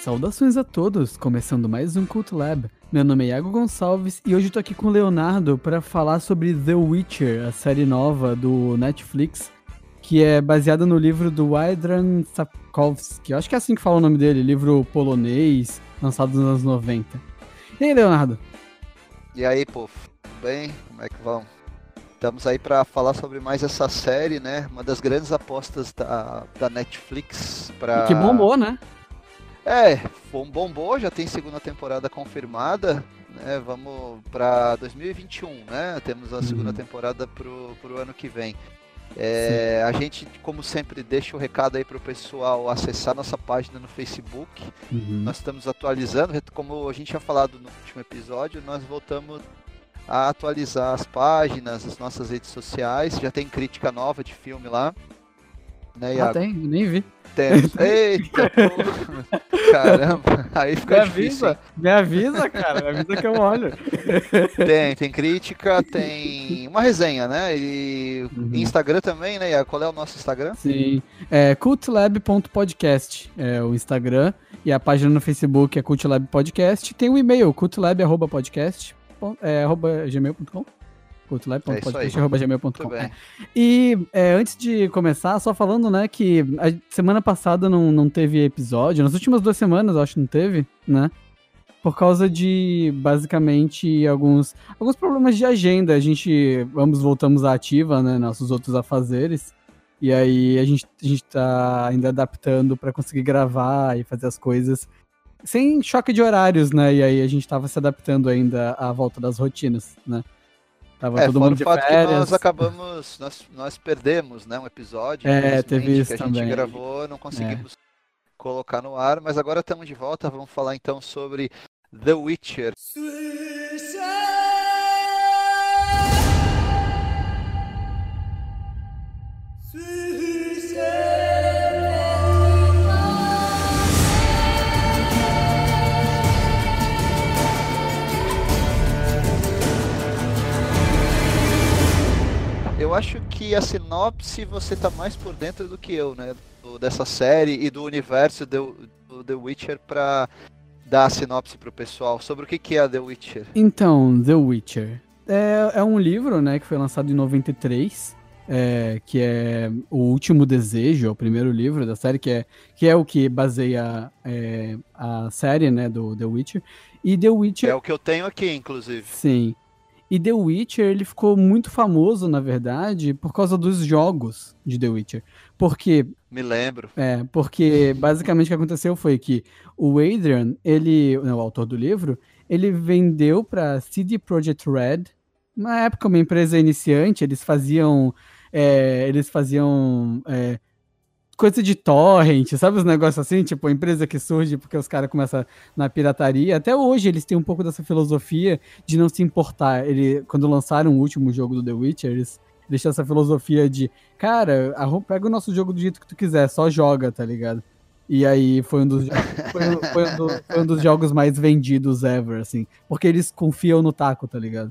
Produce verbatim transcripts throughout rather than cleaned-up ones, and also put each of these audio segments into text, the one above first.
Saudações a todos, começando mais um Cult Lab. Meu nome é Iago Gonçalves e hoje eu tô aqui com o Leonardo para falar sobre The Witcher, a série nova do Netflix, que é baseada no livro do Adrian Sapkowski. Eu acho que é assim que fala o nome dele, livro polonês, lançado nos anos noventa. E aí, Leonardo? E aí, povo, tudo bem? Como é que vão? Estamos aí para falar sobre mais essa série, né? Uma das grandes apostas da, da Netflix para... Que bombou, né? É, bombou, já tem segunda temporada confirmada, né? Vamos para dois mil e vinte e um, né? Temos a segunda uhum. temporada pro, pro ano que vem. É, a gente, como sempre, deixa o recado aí pro pessoal acessar nossa página no Facebook. Uhum. Nós estamos atualizando, como a gente tinha falado no último episódio, nós voltamos a atualizar as páginas, as nossas redes sociais. Já tem crítica nova de filme lá, né, Iago? Ah, tem, nem vi. Temos. Eita, porra. Caramba, aí fica me difícil. Avisa, me avisa, cara, me avisa que eu olho. Tem, tem crítica, tem uma resenha, né? E uhum. Instagram também, né? Qual é o nosso Instagram? Sim, é cultlab ponto podcast, é o Instagram, e a página no Facebook é cultlab podcast. Tem o e-mail, cultlab arroba podcast, é, arroba gmail ponto com. cultlab ponto podcast arroba gmail ponto com. É. E é, antes de começar, só falando, né, que a semana passada não, não teve episódio, nas últimas duas semanas eu acho que não teve, né, por causa de, basicamente, alguns, alguns problemas de agenda. A gente, ambos voltamos à ativa, né, nossos outros afazeres, e aí a gente, a gente tá ainda adaptando para conseguir gravar e fazer as coisas sem choque de horários, né, e aí a gente tava se adaptando ainda à volta das rotinas, né. Tava é, todo mundo de férias. O fato que nós acabamos, nós, nós perdemos, né, um episódio. É, teve isso que a também. gente gravou, não conseguimos é. colocar no ar, mas agora estamos de volta. Vamos falar então sobre The Witcher. Eu acho que a sinopse você tá mais por dentro do que eu, né? Do, dessa série e do universo do, do The Witcher pra dar a sinopse pro pessoal. Sobre o que, que é The Witcher? Então, The Witcher é, é um livro, né, que foi lançado em noventa e três, é, que é O Último Desejo, é o primeiro livro da série, que é, que é o que baseia é, a série, né, do The Witcher. E The Witcher... É o que eu tenho aqui, inclusive. Sim. E The Witcher, ele ficou muito famoso, na verdade, por causa dos jogos de The Witcher. Porque... Me lembro. É, porque basicamente o que aconteceu foi que o Adrian, ele, o autor do livro, ele vendeu para C D Projekt Red, na época uma empresa iniciante, eles faziam... É, eles faziam... É, coisa de torrent, sabe os negócios assim? Tipo, a empresa que surge porque os caras começam na pirataria. Até hoje eles têm um pouco dessa filosofia de não se importar. Ele, quando lançaram o último jogo do The Witcher, eles deixaram essa filosofia de, cara, pega o nosso jogo do jeito que tu quiser, só joga, tá ligado? E aí foi um dos, foi, foi um do, foi um dos jogos mais vendidos ever, assim. Porque eles confiam no taco, tá ligado?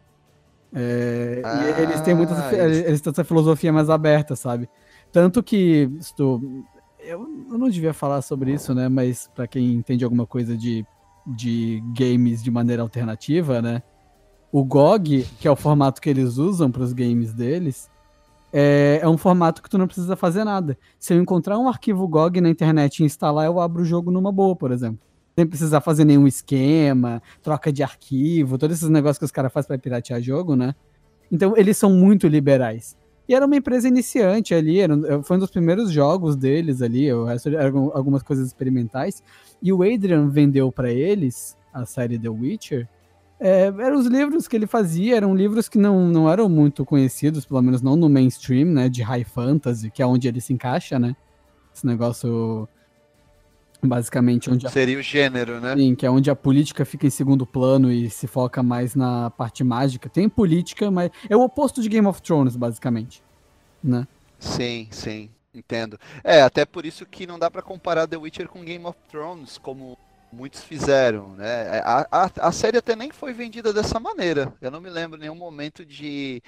É, ah, e eles têm muita, eles... eles têm essa filosofia mais aberta, sabe? Tanto que, estou, eu, eu não devia falar sobre isso, né, mas pra quem entende alguma coisa de, de games de maneira alternativa, né, o G O G, que é o formato que eles usam para os games deles, é, é um formato que tu não precisa fazer nada. Se eu encontrar um arquivo G O G na internet e instalar, eu abro o jogo numa boa, por exemplo. Sem precisar fazer nenhum esquema, troca de arquivo, todos esses negócios que os caras fazem para piratear jogo, né. Então, eles são muito liberais. E era uma empresa iniciante ali, era, foi um dos primeiros jogos deles ali, o resto eram algumas coisas experimentais. E o Adrian vendeu para eles a série The Witcher. É, eram os livros que ele fazia, eram livros que não, não eram muito conhecidos, pelo menos não no mainstream, né, de high fantasy, que é onde ele se encaixa, né? Esse negócio, basicamente, onde... A... Seria o gênero, né? Sim, que é onde a política fica em segundo plano e se foca mais na parte mágica. Tem política, mas é o oposto de Game of Thrones, basicamente, né? Sim, sim, entendo. É, até por isso que não dá pra comparar The Witcher com Game of Thrones, como muitos fizeram, né? A, a, a série até nem foi vendida dessa maneira. Eu não me lembro em nenhum momento de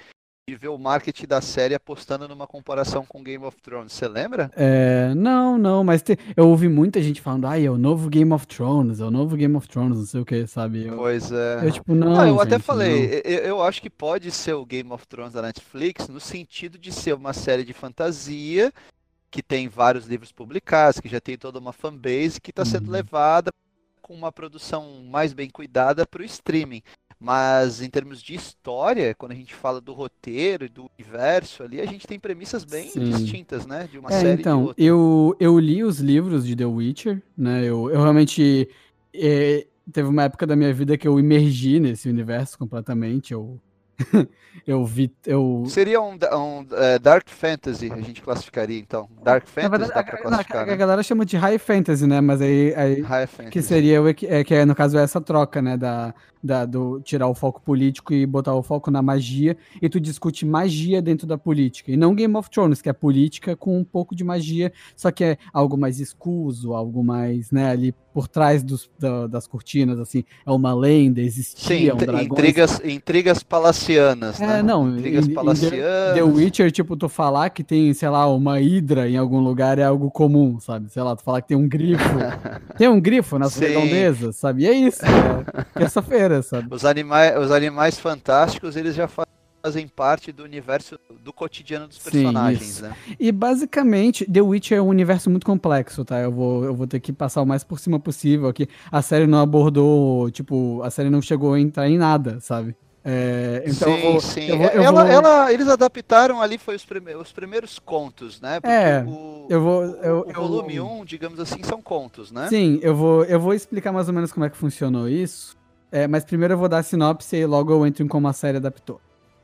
de ver o marketing da série apostando numa comparação com Game of Thrones, você lembra? É, não, não, mas te- eu ouvi muita gente falando, ai, é o novo Game of Thrones, é o novo Game of Thrones, não sei o que, sabe? Eu, Pois é. eu tipo, Não, não, eu até gente, não. falei, eu, eu acho que pode ser o Game of Thrones da Netflix no sentido de ser uma série de fantasia que tem vários livros publicados, que já tem toda uma fanbase que está sendo Uhum. levada com uma produção mais bem cuidada para o streaming. Mas em termos de história, quando a gente fala do roteiro e do universo ali, a gente tem premissas bem Sim. distintas, né? De uma É, série e de então, outra. eu, eu li os livros de The Witcher, né? Eu, eu realmente. é, teve uma época da minha vida que eu imergi nesse universo completamente. Eu, eu vi. Eu, Seria um, um é, Dark Fantasy, a gente classificaria então. Dark na verdade, Fantasy dá para a, não, classificar, a- a né? galera chama de High Fantasy, né? Mas aí, aí High que Fantasy. seria o equi- é, que é, no caso, essa troca, né? Da, da, do tirar o foco político e botar o foco na magia. E tu discute magia dentro da política. E não Game of Thrones, que é política com um pouco de magia, só que é algo mais escuso, algo mais, né? Ali por trás dos, da- das cortinas, assim. É uma lenda, Sim, existiam int- dragões. intrigas, intrigas palacianas, É, né? não, Intrigas em, em The, The palacianas. Witcher, tipo, tu falar que tem, sei lá, uma hidra em algum lugar é algo comum, sabe? Sei lá, tu falar que tem um grifo. Tem um grifo nas Sim, redondezas, sabe? E é isso, é terça-feira, sabe? os animais, os animais fantásticos, eles já fazem parte do universo do cotidiano dos Sim, personagens, isso. né? E basicamente, The Witcher é um universo muito complexo, tá? Eu vou, eu vou ter que passar o mais por cima possível aqui. A série não abordou, tipo, a série não chegou a entrar em nada, sabe? É, então eu Sim, vou, sim. eu vou, É, eu Ela, vou, ela, eles adaptaram ali foi os, prime- os primeiros contos, né? Porque o, é, o, eu vou, eu, o- o volume eu um, digamos assim, são contos, né? Sim, eu vou, eu vou explicar mais ou menos como é que funcionou isso. É, mas primeiro eu vou dar a sinopse e logo eu entro em como a série adaptou.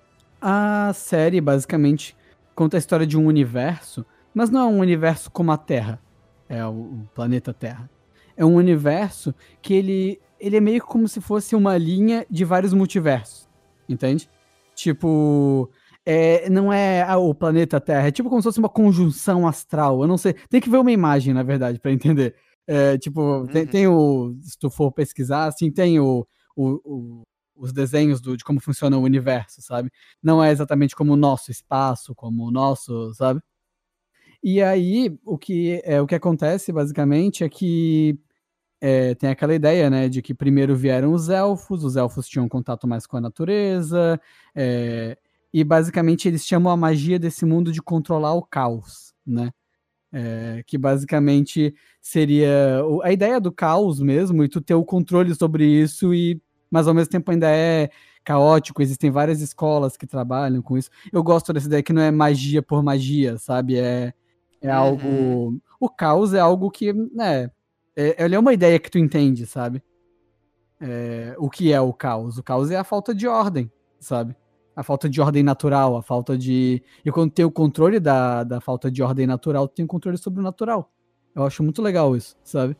A série basicamente conta a história de um universo, mas não é um universo como a Terra, é o, o planeta Terra. É um universo que ele, ele é meio como se fosse uma linha de vários multiversos, entende? Tipo, é, não é ah, o planeta Terra, é tipo como se fosse uma conjunção astral. Eu não sei, tem que ver uma imagem, na verdade, pra entender. É, tipo, tem, Uhum. tem o. Se tu for pesquisar, assim, tem o, o, o- os desenhos do, de como funciona o universo, sabe? Não é exatamente como o nosso espaço, como o nosso, sabe? E aí, o que, é, o que acontece, basicamente, é que é, tem aquela ideia, né, de que primeiro vieram os elfos, os elfos tinham contato mais com a natureza, é, e basicamente eles chamam a magia desse mundo de controlar o caos, né? É, que basicamente seria o- a ideia do caos mesmo, e tu ter o controle sobre isso, e mas ao mesmo tempo ainda é caótico, existem várias escolas que trabalham com isso. Eu gosto dessa ideia que não é magia por magia, sabe? É, é Uhum. algo. O caos é algo que, né? É, ele é uma ideia que tu entende, sabe? É, o que é o caos? O caos é a falta de ordem, sabe? A falta de ordem natural, a falta de. E quando tem o controle da, da falta de ordem natural, tu tem o controle sobre o natural. Eu acho muito legal isso, sabe?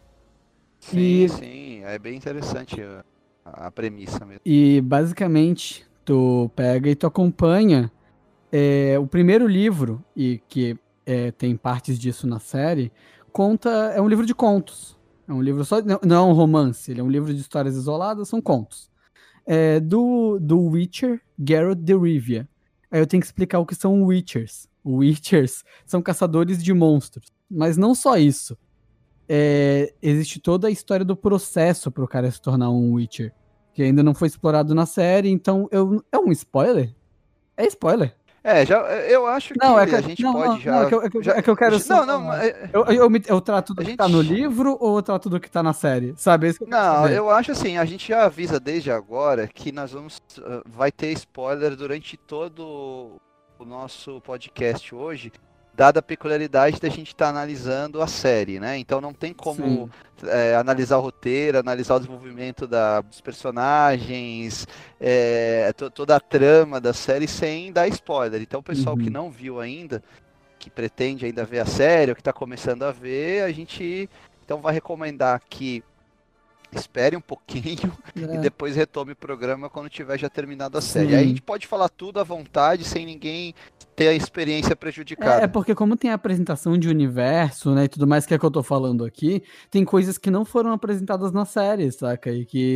Sim, E, sim. É bem interessante a, a premissa mesmo. e basicamente, tu pega e tu acompanha é, o primeiro livro, e que é, tem partes disso na série, conta. É um livro de contos. É um livro só. Não, não é um romance, ele é um livro de histórias isoladas, são contos. É, do, do Witcher, Geralt de Rivia. Aí eu tenho que explicar o que são Witchers. Witchers são caçadores de monstros. Mas não só isso. É, existe toda a história do processo para o cara se tornar um Witcher. Que ainda não foi explorado na série, então eu, é um spoiler? É spoiler. É, já, eu acho Não, é que que, a gente não, pode não, não, é já, que, eu, é que eu- já, é que eu quero só. não, não, é- Eu, eu, me- eu trato a do que tá no gente, livro ou eu trato do que tá na série? Sabe? É isso que eu quero não, saber. eu acho assim, a gente já avisa desde agora que nós vamos, uh, vai ter spoiler durante todo o nosso podcast hoje, dada a peculiaridade da gente estar analisando a série, né? Então não tem como Sim. é, analisar o roteiro, analisar o desenvolvimento da- dos personagens, é, to- toda a trama da série sem dar spoiler. Então o pessoal que Uhum. não viu ainda, que pretende ainda ver a série, ou que está começando a ver, a gente então vai recomendar que espere um pouquinho e É, depois retome o programa quando tiver já terminado a série. Aí a sim. gente pode falar tudo à vontade, sem ninguém ter a experiência É, é prejudicada. porque como tem a apresentação de universo, né, e tudo mais que é que eu tô falando aqui, tem coisas que não foram apresentadas na série, saca? E que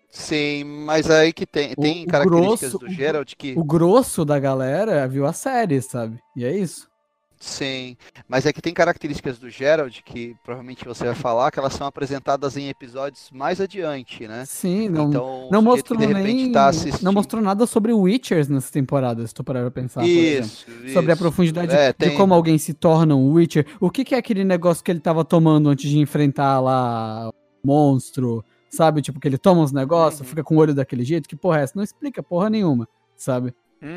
Sim, mas aí que tem, O, tem o características grosso, do o, gro- Geralt que. o grosso da galera viu a série, sabe? E é isso. Sim, mas é que tem características do Geralt que provavelmente você vai falar que elas são apresentadas em episódios mais adiante, né? Sim, não, Então, o não sujeito que de mostrou repente está nem. Não assistindo. mostrou nada sobre Witchers nessa temporada, se tu parar pra pensar, por exemplo. Isso, Sobre a isso. profundidade É, de como tem. alguém se torna um Witcher. O que, que é aquele negócio que ele tava tomando antes de enfrentar lá o monstro, sabe? Tipo, que ele toma uns negócios, Uhum, fica com o olho daquele jeito, que porra é essa? Não explica porra nenhuma, sabe?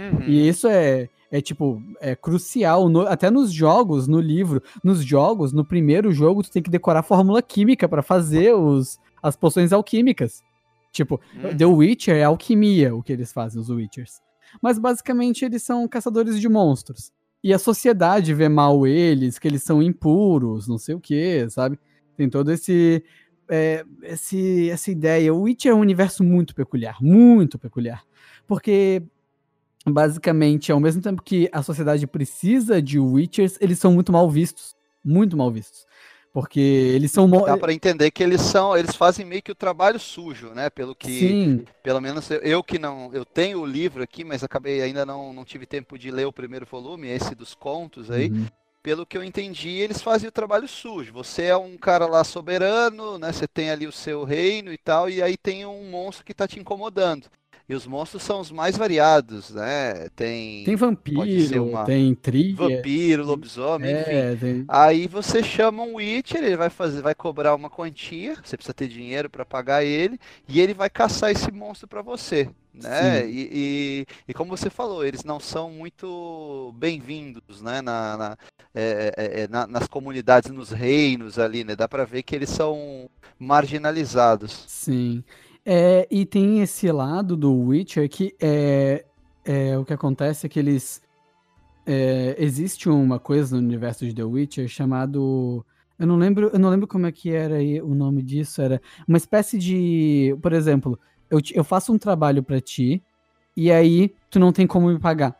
E uhum. isso é, é tipo, é crucial, no- até nos jogos, no livro. Nos jogos, no primeiro jogo, tu tem que decorar fórmula química pra fazer os, as poções alquímicas. Tipo, The Uhum. Witcher é alquimia, o que eles fazem, os Witchers. Mas basicamente eles são caçadores de monstros. E a sociedade vê mal eles, que eles são impuros, não sei o que, sabe? Tem todo esse, é, esse essa ideia. O Witcher é um universo muito peculiar, muito peculiar. Porque basicamente, ao mesmo tempo que a sociedade precisa de Witchers, eles são muito mal vistos. Muito mal vistos. Porque eles são. mo- Dá para entender que eles são, eles fazem meio que o trabalho sujo, né? Pelo que, Sim, pelo menos eu, eu que não, eu tenho o livro aqui, mas acabei ainda não, não tive tempo de ler o primeiro volume, esse dos contos aí. uhum, Pelo que eu entendi, eles fazem o trabalho sujo. Você é um cara lá soberano, né? Você tem ali o seu reino e tal, e aí tem um monstro que está te incomodando. E os monstros são os mais variados, né? tem Tem, pode ser vampiro, uma tem tria. vampiro, tem- lobisomem, enfim. É, tem. Aí você chama um Witcher, ele vai fazer, vai cobrar uma quantia, você precisa ter dinheiro para pagar ele, e ele vai caçar esse monstro para você, né? Sim, E, e, e como você falou, eles não são muito bem-vindos, né? Na, na, é, é, é, na- nas comunidades, nos reinos ali, né? Dá para ver que eles são marginalizados. sim. É, e tem esse lado do Witcher que é, é o que acontece é que eles. É, existe uma coisa no universo de The Witcher chamado. Eu não lembro, eu não lembro como é que era aí o nome disso. Era uma espécie de. Por exemplo, eu, te- eu faço um trabalho pra ti, e aí tu não tem como me pagar.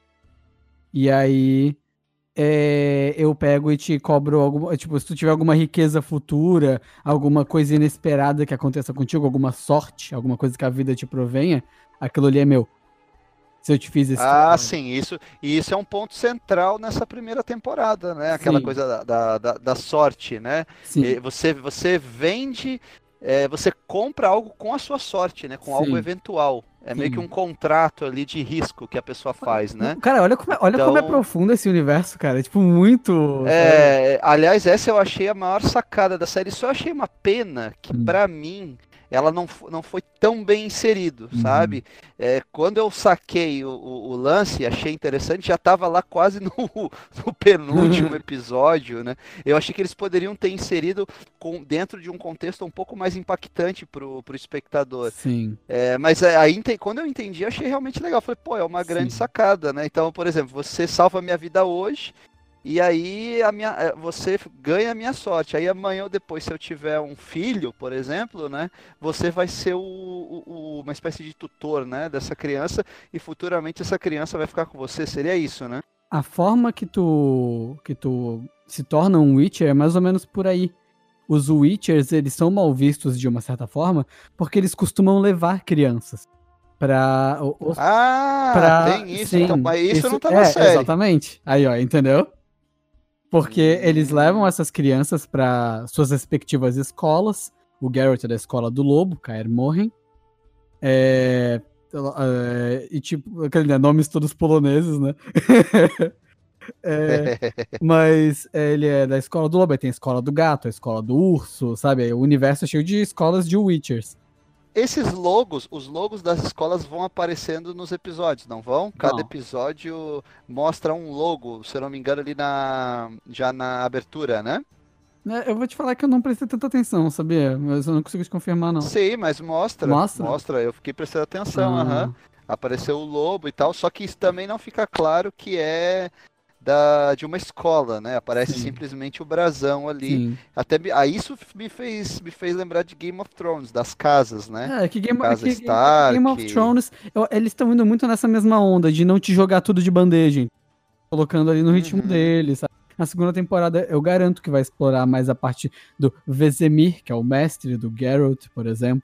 E aí é, eu pego e te cobro alguma. Tipo, se tu tiver alguma riqueza futura, alguma coisa inesperada que aconteça contigo, alguma sorte, alguma coisa que a vida te provenha, aquilo ali é meu. Se eu te fiz esse Ah, trabalho. sim, isso, e isso é um ponto central nessa primeira temporada, né? Aquela Sim, coisa da, da, da- da sorte, né? E sim, Você, você vende, é, você compra algo com a sua sorte, né? Com algo sim, eventual. É meio que sim. um contrato ali de risco que a pessoa faz, né? Cara, olha como é, olha como é Então, profundo esse universo, cara. É, tipo, muito, sabe? é, aliás, essa eu achei a maior sacada da série. Só achei uma pena que, Hum. pra mim, ela não, fo- não foi tão bem inserido, Uhum. sabe? É, quando eu saquei o, o- o lance, achei interessante, já estava lá quase no, no penúltimo episódio, né? Eu achei que eles poderiam ter inserido com- dentro de um contexto um pouco mais impactante pro, pro espectador. Sim, É, mas é, aí, ente- quando eu entendi, eu achei realmente legal. Falei, pô, é uma grande sim. sacada, né? Então, por exemplo, você salva a minha vida hoje. E aí a minha, eh, você ganha a minha sorte. Aí amanhã ou depois, se eu tiver um filho, por exemplo, né, você vai ser o, o- o- uma espécie de tutor, né, dessa criança e futuramente essa criança vai ficar com você. Seria isso, né? A forma que tu que tu se torna um Witcher é mais ou menos por aí. Os Witchers, eles são mal vistos de uma certa forma, porque eles costumam levar crianças pra, o- os, Ah, pra, tem isso. Então, sim, mas isso isso não tá na é, série. exatamente. Aí, ó, entendeu? Porque eles levam Hum, essas crianças para suas respectivas escolas. O Garrett é da escola do Lobo, Kaer Morhen. É, é, e tipo, aquele, né, nomes todos poloneses, né? É, mas é, ele é da escola do Lobo, aí tem a escola do gato, a escola do urso, sabe? O universo é cheio de escolas de Witchers. Esses logos, os logos das escolas vão aparecendo nos episódios, não vão? Cada Bom, episódio mostra um logo, se eu não me engano, ali na já na abertura, né? né, eu vou te falar que eu não prestei tanta atenção, sabia? Mas eu não consigo te confirmar, não. Sim, mas mostra, Mostra? mostra. Eu fiquei prestando atenção, aham. Ah, Apareceu o lobo e tal, só que isso também não fica claro que é da de uma escola, né? Aparece sim, simplesmente o brasão ali. sim. Até me- aí isso me fez me fez lembrar de Game of Thrones, das casas, né? É, que Game, é Casa que, é que Game of Stark. Thrones, eu- eles estão indo muito nessa mesma onda de não te jogar tudo de bandeja, hein? Colocando ali no ritmo Uhum. deles, sabe? Na segunda temporada, eu garanto que vai explorar mais a parte do Vesemir, que é o mestre do Geralt, por exemplo.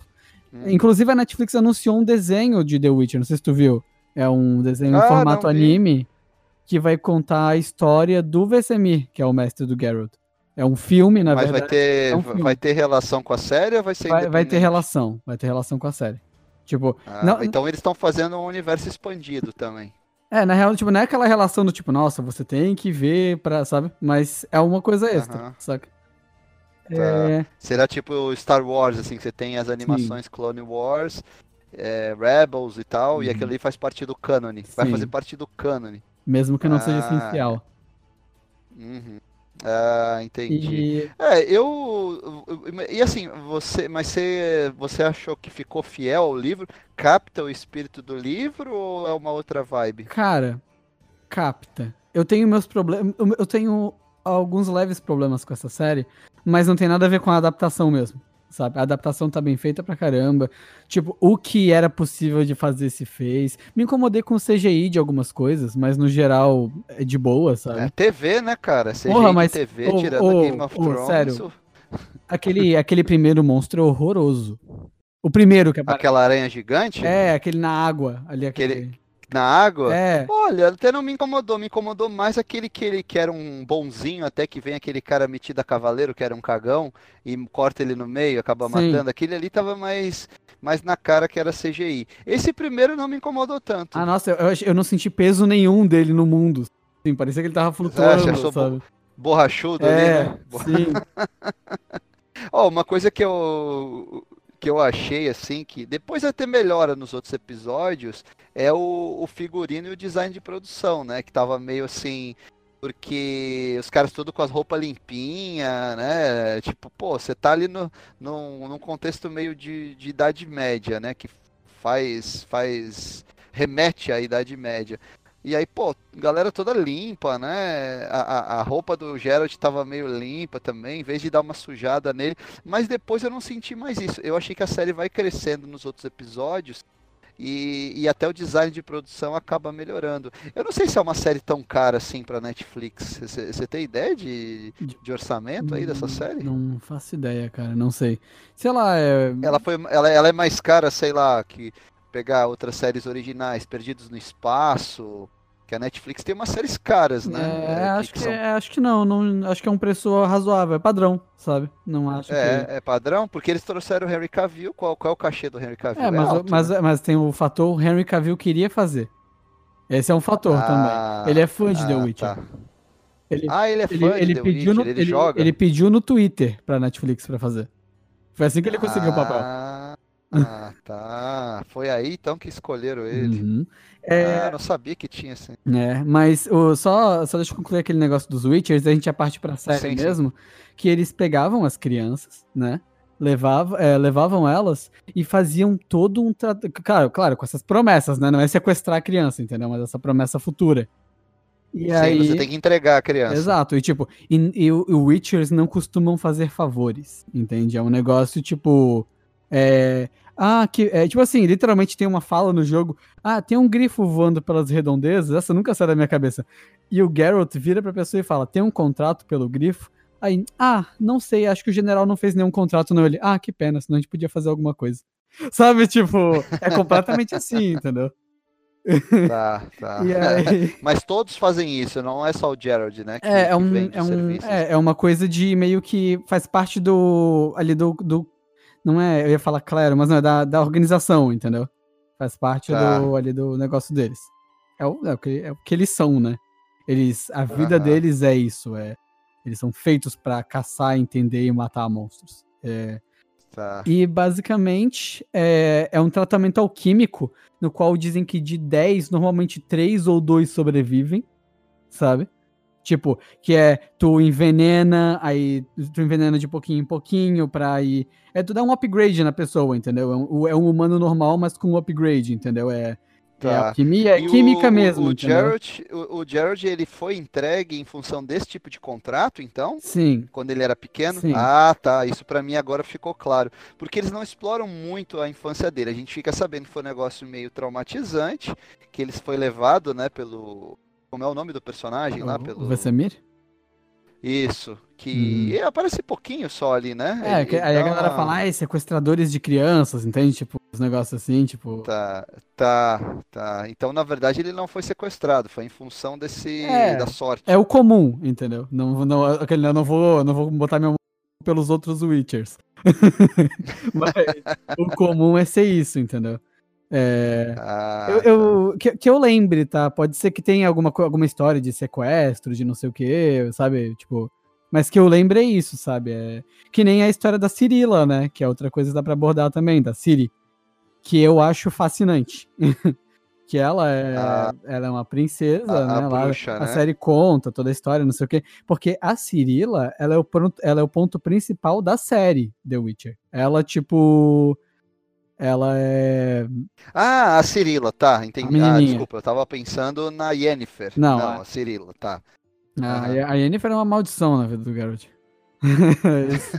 Hum. Inclusive a Netflix anunciou um desenho de The Witcher, não sei se tu viu. É um desenho Ah, em formato não vi. anime que vai contar a história do Vesemir, que é o mestre do Geralt. É um filme, na Mas vai verdade. É ter, um vai filme. ter relação com a série ou vai ser Vai, vai ter independente? relação, vai ter relação com a série. Tipo, Ah, não, então eles estão fazendo um universo expandido também. é, na real, tipo, não é aquela relação do tipo, nossa, você tem que ver pra, sabe? Mas é uma coisa extra, Aham, saca? tá. É, Será tipo Star Wars, assim, que você tem as sim. animações Clone Wars, é, Rebels e tal, e aquilo Uhum. ali faz parte do cânone. Vai fazer Sim. parte do cânone. Mesmo que não seja Ah, essencial. uhum. Ah, entendi. E, É, eu, eu- e assim, você, mas você, você achou que ficou fiel ao livro? Capta o espírito do livro ou é uma outra vibe? cara, capta. Eu tenho meus problemas. Eu tenho alguns leves problemas com essa série, mas não tem nada a ver com a adaptação mesmo. Sabe? A adaptação tá bem feita pra caramba. Tipo, o que era possível de fazer se fez. Me incomodei com o C G I de algumas coisas, mas no geral é de boa, É sabe? T V, né, cara? Porra, C G I de mas. T V, tirando Game Ô, of ô, ô, Thrones, sério, o- aquele, aquele primeiro monstro é horroroso. O primeiro que aparece. aquela aranha gigante, É, aquele na água, ali, aquele aquele. na água. É, Olha, até não me incomodou, me incomodou mais aquele que ele que era um bonzinho, até que vem aquele cara metido a cavaleiro, que era um cagão, e corta ele no meio, acaba sim. matando. Aquele ali tava mais, mais na cara que era C G I. Esse primeiro não me incomodou Ah, tanto. nossa, eu, ach- eu não senti peso nenhum dele no mundo. Sim, parecia que ele tava Ah, já flutuando, sou bo- sabe? borrachudo ali, É, né? sim. Ó, uma coisa que eu que eu achei assim que depois até melhora nos outros episódios é o, o figurino e o design de produção, né? Que tava meio assim porque os caras tudo com as roupas limpinhas, né? Tipo, pô, você tá ali no, num, num contexto meio de, de Idade Média, né? Que faz faz remete à Idade Média. E aí, pô, galera toda limpa, né? A, a, a roupa do Geralt tava meio limpa também, em vez de dar uma sujada nele. Mas depois eu não senti mais isso. Eu achei que a série vai crescendo nos outros episódios e, e até o design de produção acaba melhorando. Eu não sei se é uma série tão cara assim pra Netflix. Você tem ideia de, De- de orçamento aí dessa hum, série? Não faço ideia, cara, não sei. Sei lá, é, Ela foi, ela, ela é mais cara, sei lá, que pegar outras séries originais, Perdidos no Espaço, que a Netflix tem umas séries caras, é, né? Que, acho que que, são acho que não, não, acho que é um preço razoável, é padrão, sabe? Não acho que... é, é padrão, porque eles trouxeram o Henry Cavill. Qual, qual é o cachê do Henry É, Cavill? É mas, o- alto, mas, né? mas tem o fator o Henry Cavill queria fazer. Esse é um fator também. Ele é Ah, fã de The ah, Witcher. tá. Ele, Ah, ele é ele, fã de ele The pediu Witcher, no, ele ele, joga? ele pediu no Twitter pra Netflix pra fazer. Foi assim que ele conseguiu o papel. Ah, ah, tá. Foi aí então que escolheram ele. Uhum. Ah, É, não sabia que tinha assim. é, mas o, só, só deixa eu concluir aquele negócio dos Witchers, a gente já parte pra série Sim, sim. mesmo, que eles pegavam as crianças, né? Levavam, é, levavam elas e faziam todo um tratamento. Claro, claro, com essas promessas, né? Não é sequestrar a criança, entendeu? Mas essa promessa futura. E Sim, você aí. tem que entregar a criança. Exato, e tipo, e, e o o Witchers não costumam fazer favores, entende? É um negócio tipo. É, ah, que. É, tipo assim, literalmente tem uma fala no jogo. Ah, tem um grifo voando pelas redondezas, essa nunca sai da minha cabeça. E o Geralt vira pra pessoa e fala: tem um contrato pelo grifo? Aí, ah, não sei, acho que o general não fez nenhum contrato, não. Ele, ah, que pena, senão a gente podia fazer alguma coisa. Sabe, tipo, é completamente assim, entendeu? Tá, tá. E aí. Mas todos fazem isso, não é só o Gerald, né, É, que, é, que um, vende é, os um, serviços. é, é uma coisa de meio que faz parte do, ali do, do, não é, eu ia falar claro, mas não, é da, da organização, entendeu? Faz parte Tá. do, ali do negócio deles. É o, é o que, é o que eles são, né? Eles, a vida Aham. deles é isso, é, eles são feitos pra caçar, entender e matar monstros. É, Tá. e basicamente é, é um tratamento alquímico no qual dizem que de dez normalmente três ou dois sobrevivem, sabe? Tipo, que é tu envenena, aí tu envenena de pouquinho em pouquinho pra ir. É tu dá um upgrade na pessoa, entendeu? É um, é um humano normal, mas com um upgrade, entendeu? É, é Tá. alquimia, é E o, química o, mesmo, o entendeu? Gerald, o, o Gerald, ele foi entregue em função desse tipo de contrato, então? Sim, Quando ele era pequeno? sim. Ah, tá. Isso pra mim agora ficou claro. Porque eles não exploram muito a infância dele. A gente fica sabendo que foi um negócio meio traumatizante, que ele foi levado, né, pelo. Como é o nome do personagem lá? O, o Pelo. Vesemir? Isso. Que Uhum. aparece pouquinho só ali, né? É, Ele, que- ele aí a dá galera uma. fala, ai, sequestradores de crianças, entende? Tipo, os negócios assim, tipo. Tá, tá, tá. Então, na verdade, ele não foi sequestrado, foi em função desse da É, é sorte. o comum, entendeu? Não, não, aquele, eu não vou, não vou botar meu mão pelos outros Witchers. Mas o comum é ser isso, entendeu? É, eu, Ah, tá. eu- que, que eu lembre, tá? Pode ser que tenha alguma, co- alguma história de sequestro, de não sei o quê, sabe? Tipo, mas que eu lembre é isso, sabe? É, que nem a história da Cirila, né? Que é outra coisa que dá pra abordar também, da Ciri, que eu acho fascinante. Que ela é, A, ela é uma princesa, a, a né? Lá bruxa, a né? série conta toda a história, não sei o quê. Porque a Cirila, ela é o ponto, ela é o ponto principal da série The Witcher. Ela, tipo, ela é Ah, a Cirila, tá, a entendi. Ah, menininha. desculpa, eu tava pensando na Yennefer. Não, Não, a, a Cirila, tá. a, Aham. a Yennefer é uma maldição na vida do Geralt. Isso.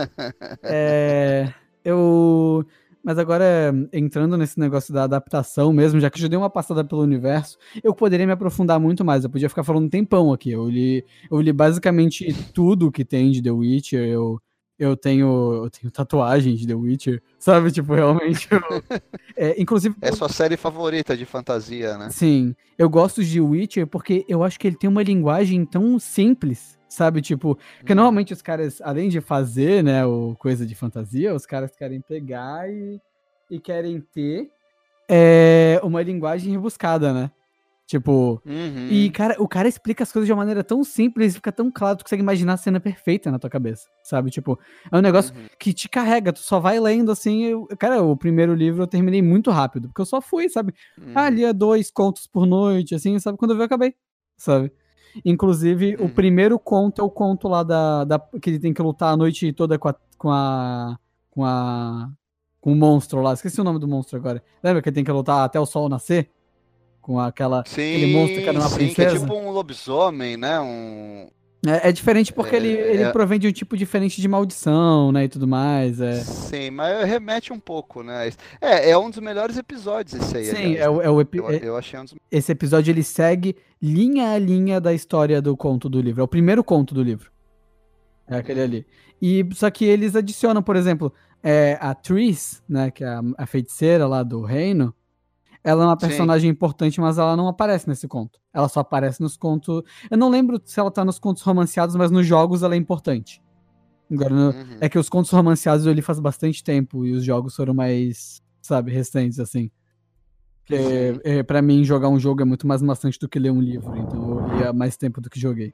É, eu. Mas agora, entrando nesse negócio da adaptação mesmo, já que eu já dei uma passada pelo universo, eu poderia me aprofundar muito mais. Eu podia ficar falando um tempão aqui. Eu li, eu li basicamente tudo que tem de The Witcher. Eu, eu tenho, eu tenho tatuagem de The Witcher, sabe? Tipo, realmente. Eu- é, inclusive, É sua série favorita de fantasia, né? sim, eu gosto de Witcher porque eu acho que ele tem uma linguagem tão simples, sabe? Tipo, porque Uhum. normalmente os caras, além de fazer, né, o coisa de fantasia, os caras querem pegar e, e querem ter é, uma linguagem rebuscada, né? Tipo, e Uhum. cara, o cara explica as coisas de uma maneira tão simples, fica tão claro, tu consegue imaginar a cena perfeita na tua cabeça, sabe? Tipo, é um negócio Uhum. que te carrega, tu só vai lendo assim. Eu- cara, o primeiro livro eu terminei muito rápido, porque eu só fui, sabe? Ah, Uhum. lia dois contos por noite, assim, sabe? Quando eu vi, eu acabei, sabe? Inclusive, o Uhum. primeiro conto é o conto lá da, da que ele tem que lutar a noite toda com a, com a, com a, com o monstro lá. Esqueci o nome do monstro agora. Lembra que ele tem que lutar até o sol nascer? Com aquela, aquele monstro que era Sim, uma sim, que é princesa. tipo um lobisomem, né? Um. É, é diferente porque ele, É, ele é- provém de um tipo diferente de maldição, né, e tudo mais. É. sim, mas remete um pouco, né? É, é um dos melhores episódios esse aí, Sim, é, aliás, né? o, é o epi- Eu, é- eu achei um dos. esse episódio ele segue linha a linha da história do conto do livro. É o primeiro conto do livro. É aquele Uhum. ali. E só que eles adicionam, por exemplo, é, a Triss, né, que é a, a feiticeira lá do reino. Ela é uma Sim. personagem importante, mas ela não aparece nesse conto. Ela só aparece nos contos. Eu não lembro se ela tá nos contos romanceados, mas nos jogos ela é importante. Agora, no- é Uhum. que os contos romanceados eu li faz bastante tempo e os jogos foram mais, sabe, recentes, assim. Porque, Sim. é, pra mim, jogar um jogo é muito mais maçante do que ler um livro, então eu li há mais tempo do que joguei.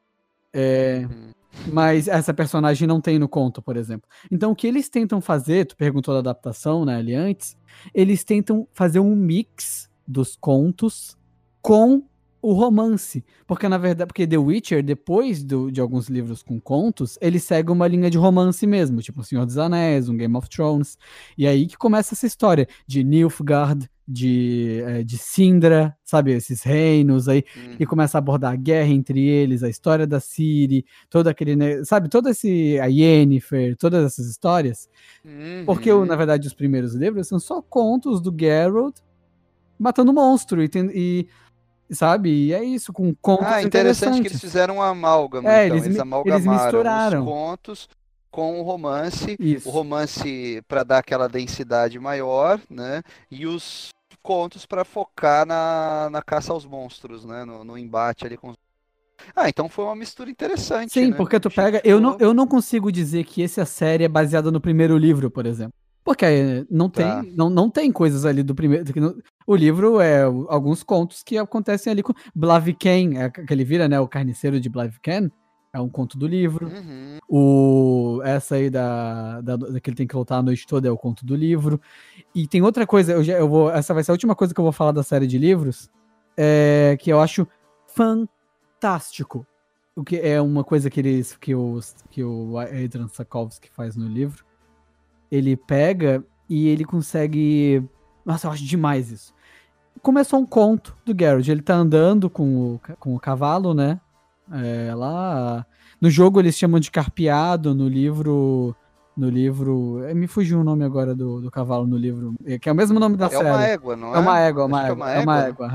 É, Uhum. mas essa personagem não tem no conto, por exemplo. Então, o que eles tentam fazer, tu perguntou da adaptação, né, ali antes, eles tentam fazer um mix dos contos com o romance. Porque, na verdade, porque The Witcher, depois do- de alguns livros com contos, ele segue uma linha de romance mesmo, tipo O Senhor dos Anéis, um Game of Thrones. E aí que começa essa história de Nilfgaard, de, eh, de Sindra, sabe, esses reinos aí, e Uhum. começa a abordar a guerra entre eles, a história da Ciri, todo aquele, né, sabe, todo esse, a Yennefer, todas essas histórias, porque, na Uhum. verdade, os primeiros livros são só contos do Geralt matando monstro, e, tem- e, sabe, e é isso, com Ah, contos interessante que eles interessantes. fizeram um amálgama, É, então. eles, Eles mi- eles amalgamaram os misturaram, contos com o romance, o isso. romance para dar aquela densidade maior, né? E os contos para focar na, na caça aos monstros, né? No, no embate ali com os... Ah, então foi uma mistura interessante, Sim, né? porque tu Achei que pega. Eu não, ficou. eu não consigo dizer que essa série é baseada no primeiro livro, por exemplo. Porque eh, não Tá. tem, não, não tem coisas ali do primeiro. que não- O livro é o- alguns contos que acontecem ali com Blaviken, é, que ele vira, né? O carniceiro de Blaviken. É um conto do livro. Uhum. O, essa aí da, da, da que ele tem que lutar a noite toda é o conto do livro. E tem outra coisa, eu, já, eu vou, essa vai ser a última coisa que eu vou falar da série de livros, é, que eu acho fantástico. O que é uma coisa que eles que, os, que o Adrian Sapkowski faz no livro. Ele pega e ele consegue. Nossa, eu acho demais isso. Começou um conto do Geralt. Ele tá andando com o, com o cavalo, né? É, lá. No jogo eles chamam de carpeado, no livro. No livro. é, Me fugiu o nome agora do, do cavalo no livro. é, Que é o mesmo nome da É uma série. égua, não É uma é? égua, é Acho uma que é égua. uma É uma égua, né? égua, aham.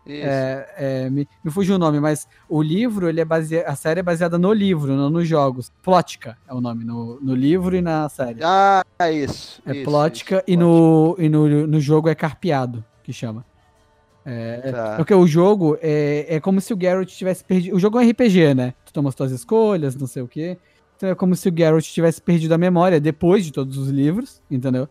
Isso. É, é, me, me fugiu o nome, mas o livro, ele é baseado, a série é baseada no livro, não nos jogos. Plotka é o nome, no, no livro e na série. Ah, isso. É isso, Plotka isso, e, no, e no, no jogo é Carpeado, que chama. É, é Tá. porque o jogo é, é como se o Geralt tivesse perdido. O jogo é um R P G, né? Tu toma as tuas escolhas, não sei o quê. Então é como se o Geralt tivesse perdido a memória depois de todos os livros, entendeu?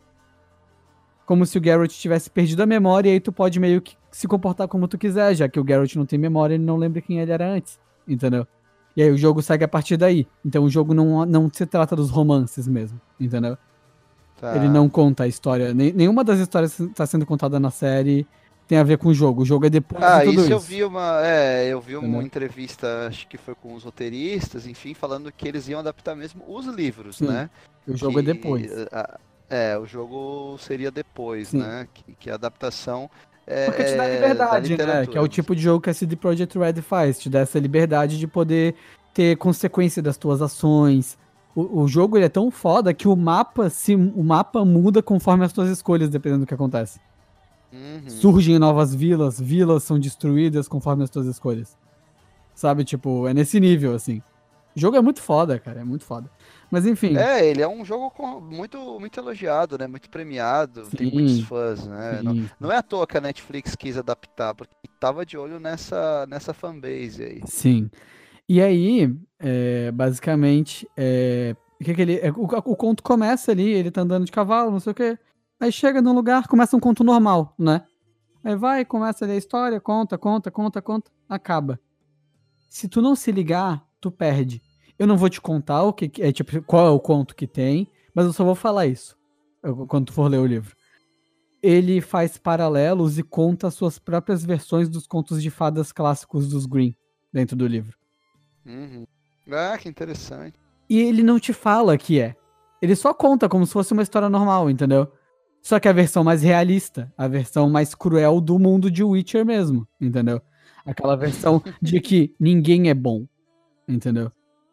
Como se o Geralt tivesse perdido a memória e aí tu pode meio que se comportar como tu quiser, já que o Geralt não tem memória, ele não lembra quem ele era antes, entendeu? E aí o jogo segue a partir daí. Então o jogo não, não se trata dos romances mesmo, entendeu? Ele Tá. não conta a história. Nem, nenhuma das histórias que está sendo contada na série tem a ver com o jogo. O jogo é depois de Ah, tudo isso eu isso. vi uma, é, eu vi uma Entendeu? entrevista, acho que foi com os roteiristas, enfim, falando que eles iam adaptar mesmo os livros, Sim. né? O jogo é Que depois. a- é, o jogo seria depois, Sim. né? Que, que a adaptação Porque te dá é, é da liberdade, né? Que é o literatura. tipo de jogo que a C D Projekt Red faz. Te dá essa liberdade de poder ter consequência das tuas ações. O, o jogo ele é tão foda que o mapa, se, o mapa muda conforme as tuas escolhas, dependendo do que acontece. Uhum. Surgem novas vilas, vilas são destruídas conforme as tuas escolhas. Sabe, tipo, é nesse nível, assim. O jogo é muito foda, cara, é muito foda. Mas enfim, É, ele é um jogo com- muito, muito elogiado, né? Muito premiado, tem muitos sim, fãs, né? Não, sim, não é à toa que a Netflix quis adaptar, porque tava de olho nessa, nessa fanbase aí. sim. E aí, é, basicamente, é, o que que ele, é, o, o conto começa ali, ele tá andando de cavalo, não sei o quê. Aí chega num lugar, começa um conto normal, né? Aí vai, começa ali a história, conta, conta, conta, conta, acaba. Se tu não se ligar, tu perde. Eu não vou te contar o que, que- é, tipo, qual é o conto que tem, mas eu só vou falar isso eu- quando tu for ler o livro. Ele faz paralelos e conta as suas próprias versões dos contos de fadas clássicos dos Grimm dentro do livro. Uhum. Ah, que interessante. E ele não te fala que é. Ele só conta como se fosse uma história normal, entendeu? Só que a versão mais realista, a versão mais cruel do mundo de Witcher mesmo, entendeu? Aquela versão de que ninguém é bom, entendeu?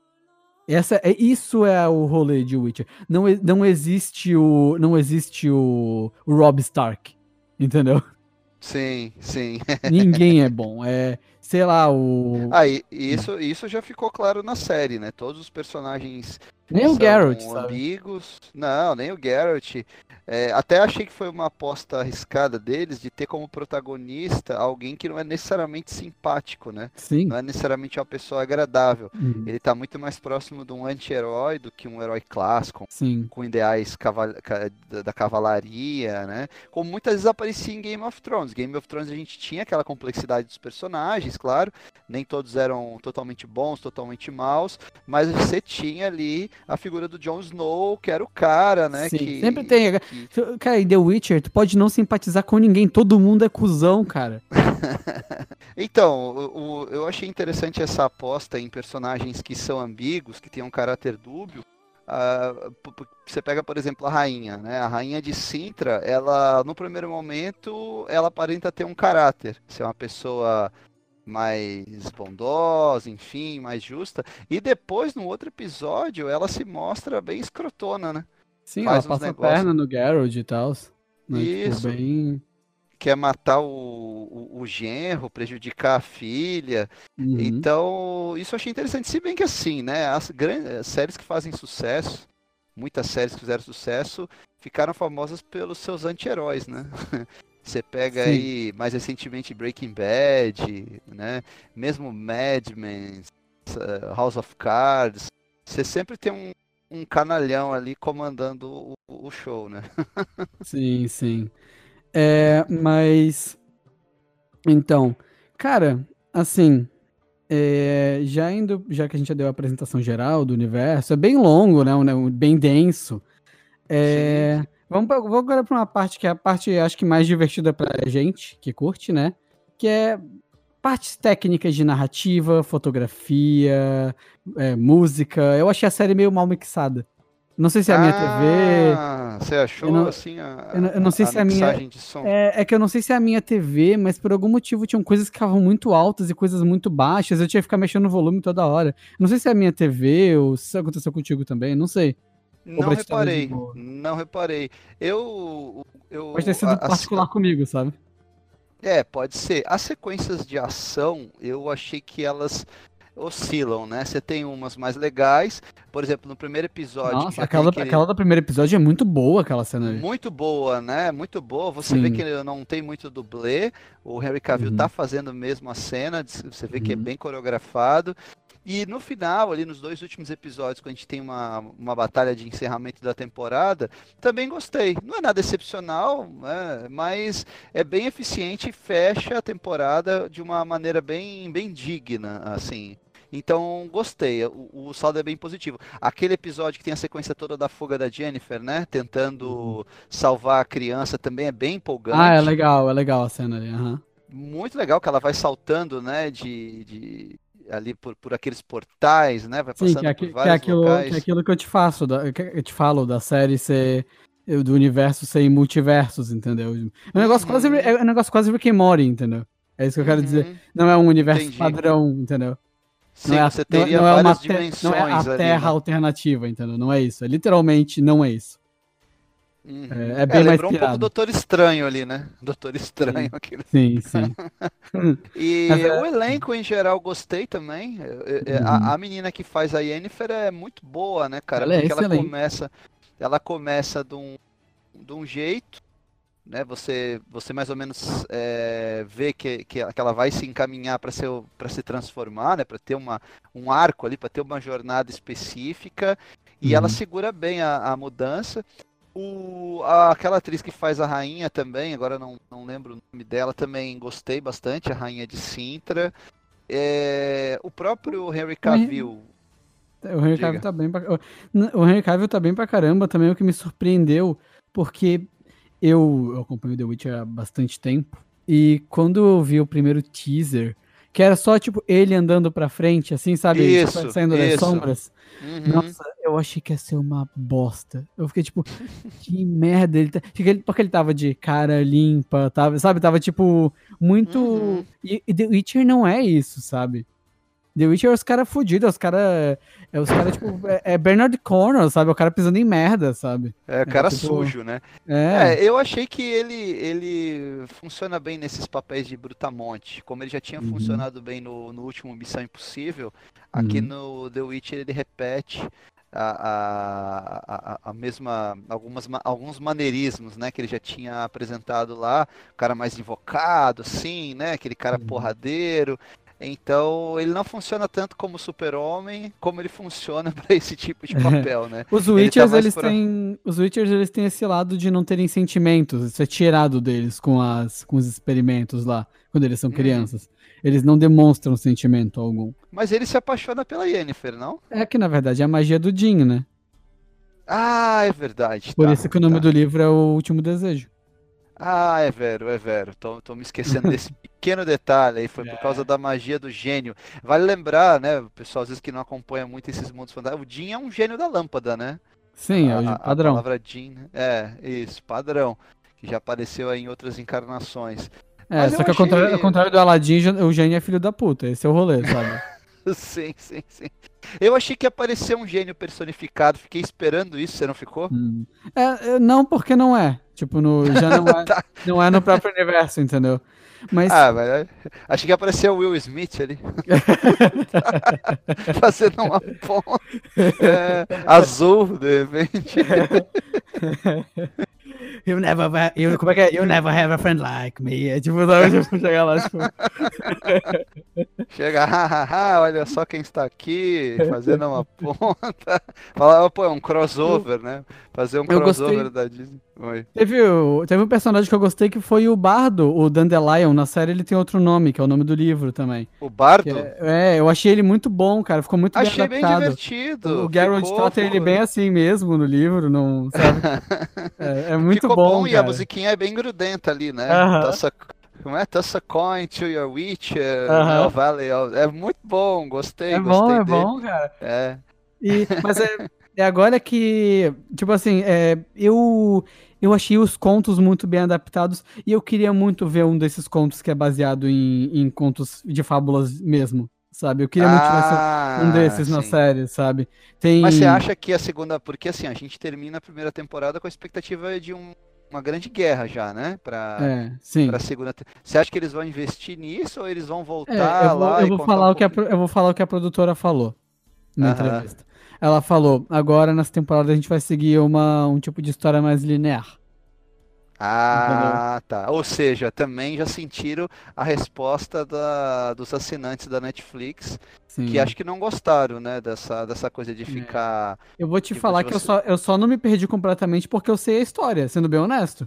Essa é isso é o rolê de Witcher. Não, e- não existe o não existe o, o Robb Stark, entendeu? Sim, sim. Ninguém é bom. É, sei lá, o Ah, e e isso, isso já ficou claro na série, né? Todos os personagens nem o Geralt, são sabe? ambíguos. Não, nem o Geralt. É, até achei que foi uma aposta arriscada deles de ter como protagonista alguém que não é necessariamente simpático, né? Sim. Não é necessariamente uma pessoa agradável. Uhum. Ele tá muito mais próximo de um anti-herói do que um herói clássico, Sim. com ideais caval- ca- da da cavalaria, né? Como muitas vezes aparecia em Game of Thrones. Game of Thrones a gente tinha aquela complexidade dos personagens, claro, nem todos eram totalmente bons, totalmente maus, mas você tinha ali a figura do Jon Snow, que era o cara, né, Sim, sempre que, tem. que... Cara, em The Witcher, tu pode não simpatizar com ninguém, todo mundo é cuzão, cara. Então, o- o- eu achei interessante essa aposta em personagens que são ambíguos, que têm um caráter dúbio. Ah, p- p- você pega, por exemplo, a rainha, né? A rainha de Sintra, ela, no primeiro momento, ela aparenta ter um caráter, ser uma pessoa mais bondosa, enfim, mais justa. E depois, no outro episódio, ela se mostra bem escrotona, né? Sim, ela Faz uns passa a negócios. perna no Geralt e tal, né? Tipo, Isso, bem. quer matar o, o, o genro, prejudicar a filha. Uhum. Então, isso eu achei interessante. Se bem que assim, né? As grandes séries que fazem sucesso, muitas séries que fizeram sucesso, ficaram famosas pelos seus anti-heróis, né? Você pega Sim, aí, mais recentemente, Breaking Bad, né? Mesmo Mad Men, eh, House of Cards. Você sempre tem um, um canalhão ali comandando o, o show, né? sim, sim. É, mas. Então, cara, assim. É, já indo, já que a gente já deu a apresentação geral do universo, é bem longo, né? um- né, um- Bem denso. Sim, É, sim. vamos, pra- vou agora para uma parte que é a parte, acho que mais divertida pra gente, que curte, né? Que é partes técnicas de narrativa, fotografia, é, música. Eu achei a série meio mal mixada. Não sei se é a minha T V. Ah, você Eu achou não, assim eu não, a, eu não sei a, a se é a minha. mixagem de som? É, é que eu não sei se é a minha T V, mas por algum motivo tinham coisas que ficavam muito altas e coisas muito baixas. Eu tinha que ficar mexendo no volume toda hora. Não sei se é a minha T V ou se isso aconteceu contigo também, não sei. Ou Não pra ti tava de reparei, boa. não reparei. Eu, Pode ter eu, sido a- assim, particular comigo, sabe? É, pode ser. As sequências de ação, eu achei que elas oscilam, né? Você tem umas mais legais, por exemplo, no primeiro episódio, que Nossa, já tem aquela, aquele aquela do primeiro episódio é muito boa, aquela cena ali. muito boa, né? Muito boa. Você vê que Sim. ele não tem muito dublê. O Henry Cavill tá Uhum. fazendo mesmo a cena, você vê que é Uhum. bem coreografado. E no final, ali nos dois últimos episódios, quando a gente tem uma, uma batalha de encerramento da temporada, também gostei. Não é nada excepcional, né? Mas é bem eficiente e fecha a temporada de uma maneira bem, bem digna, assim. Então, gostei. O, o saldo é bem positivo. Aquele episódio que tem a sequência toda da fuga da Jennifer, né? Uhum. Tentando salvar a criança também é bem Ah, é empolgante. legal, é legal a cena ali. Aham. Muito legal que ela vai saltando, né? De, de ali por, por aqueles portais, né? Vai Sim, que é, passando por aqui- que é vários aquilo, que é locais. aquilo que eu te faço, da, que eu te falo da série ser, do universo ser em multiversos, entendeu? É um negócio quase, Uhum, é um negócio quase Rick and Morty, entendeu? É isso que eu quero dizer. uhum, Não é um universo entendi. padrão, entendeu? Não é, Sim, a, você não, é- teria não é uma várias te- não é a dimensões ali, Terra né? alternativa, entendeu? Não é isso. É literalmente não é isso. Uhum. É, é É, bem mais lembrou um pouco o pirado. Doutor Estranho ali, né? Doutor Estranho, Sim, aquele. sim, sim. Mas E o é. elenco em geral gostei também. É, é, A, Uhum. a menina que faz a Yennefer é muito boa, né, cara? Ela é Porque ela excelente. começa, ela começa de um, de um jeito, né? Você, você mais ou menos é, vê que, que que ela vai se encaminhar para ser, para se transformar, né? Para ter uma, um arco ali, para ter uma jornada específica. E ela Uhum. segura bem a, a mudança. O, a- aquela atriz que faz a rainha também, agora não, não lembro o nome dela, também gostei bastante, a rainha de Sintra. É, o próprio Henry O Henry, Cavill, o Henry Cavill diga. tá bem pra, o Henry Cavill tá bem pra caramba também, o que me surpreendeu, porque eu, eu acompanho The Witcher há bastante tempo, e quando eu vi o primeiro teaser, que era só, tipo, ele andando pra frente, assim, sabe, Isso, saindo das isso. sombras, Uhum, nossa, eu achei que ia ser uma bosta. Eu fiquei, tipo, que merda, ele tá... Porque ele, porque ele tava de cara limpa, tava, sabe, tava, tipo, muito... uhum. E, e The Witcher não é isso, sabe? The Witcher é os caras fudidos, os caras. É os caras, tipo, é, é Bernard Cornwell, sabe? O cara pisando em merda, sabe? É, É cara tipo. sujo, né? É. É, eu achei que ele, ele funciona bem nesses papéis de Brutamonte. Como ele já tinha Uhum, funcionado bem no, no último Missão Impossível, aqui uhum, no The Witcher ele repete a, a, a, a mesma, algumas, ma- alguns maneirismos, né? Que ele já tinha apresentado lá. O cara mais invocado, assim, né? Aquele cara uhum. porradeiro. Então, ele não funciona tanto como super-homem, como ele funciona para esse tipo de papel, né? Os Ele tá Witchers, mais eles pra. têm. Os Witchers, eles têm esse lado de não terem sentimentos. Isso é tirado deles com, as, com os experimentos lá, quando eles são Uhum. crianças. Eles não demonstram sentimento algum. Mas ele se apaixona pela Yennefer, não? É que, na verdade, é a magia do Jin, né? Ah, é verdade, Por tá, isso que o nome tá. do livro é O Último Desejo. Ah, é vero, é vero. Tô, tô me esquecendo desse pequeno detalhe aí, foi por causa É. da magia do gênio. Vale lembrar, né, o pessoal às vezes que não acompanha muito esses mundos fantásticos, o Jin é um gênio da lâmpada, né? Sim, é o A, a, a padrão. palavra Jin, né? É, isso, padrão, que já apareceu aí em outras encarnações. É, Mas só eu que ao contrário, ao achei. contrário do Aladdin, já- o gênio é filho da puta. Esse é o rolê, sabe? Sim, sim, sim. Eu achei que ia aparecer um gênio personificado, fiquei esperando isso, você não ficou? Hum. É, é, não porque não é. Tipo, no, já não é, Tá. não é no próprio universo, entendeu? Mas. Ah, mas é, achei que ia aparecer o Will Smith ali, fazendo uma ponta é, azul, de repente. You never, ha- you, como é que é? You never have a friend like me. É tipo, sabe? Tipo, chegar lá, tipo. Chega, hahaha, olha só quem está aqui, fazendo uma ponta. Falar, pô, é um Eu, crossover, né? Fazer um eu crossover gostei. da Disney. Oi. Teve, o- teve um personagem que eu gostei que foi o Bardo, o Dandelion. Na série ele tem outro nome, que é o nome do livro também. O Que Bardo? é, é, eu achei ele muito bom, cara. Ficou muito bem Achei bem adaptado. O, divertido, o Geralt ficou, trata ele ficou. bem assim mesmo no livro, não, sabe? É, é muito Ficou bom, bom e a cara. musiquinha é bem grudenta ali, né? Aham, Toss a, como é? Toss a coin to your Witcher, né? O aham. Valley of- É muito bom, gostei, É bom, gostei é dele. bom, cara. É. E, mas é, é agora que, tipo assim, é, eu, eu achei os contos muito bem adaptados e eu queria muito ver um desses contos que é baseado em, em contos de fábulas mesmo, sabe? Eu queria muito que tivesse um Ah, desses na sim. série, sabe? Mas você Tem. acha que a segunda. Porque assim, a gente termina a primeira temporada com a expectativa de um uma grande guerra já, né? Pra, É, sim. pra segunda. te- Você acha que eles vão investir nisso ou eles vão É, eu voltar vou, lá eu e vou contar um falar o que a, pouquinho? pro- eu vou falar o que a produtora falou na Aham. entrevista. Ela falou, agora nessa temporada a gente vai seguir uma, um tipo de história mais linear. Entendeu? Ah, tá. Ou seja, também já sentiram a resposta da, dos assinantes da Netflix, que Sim. acho que não gostaram, né, dessa, dessa coisa de É. ficar. Eu vou te De, falar de que eu você... só, eu só não me perdi completamente porque eu sei a história, sendo bem honesto.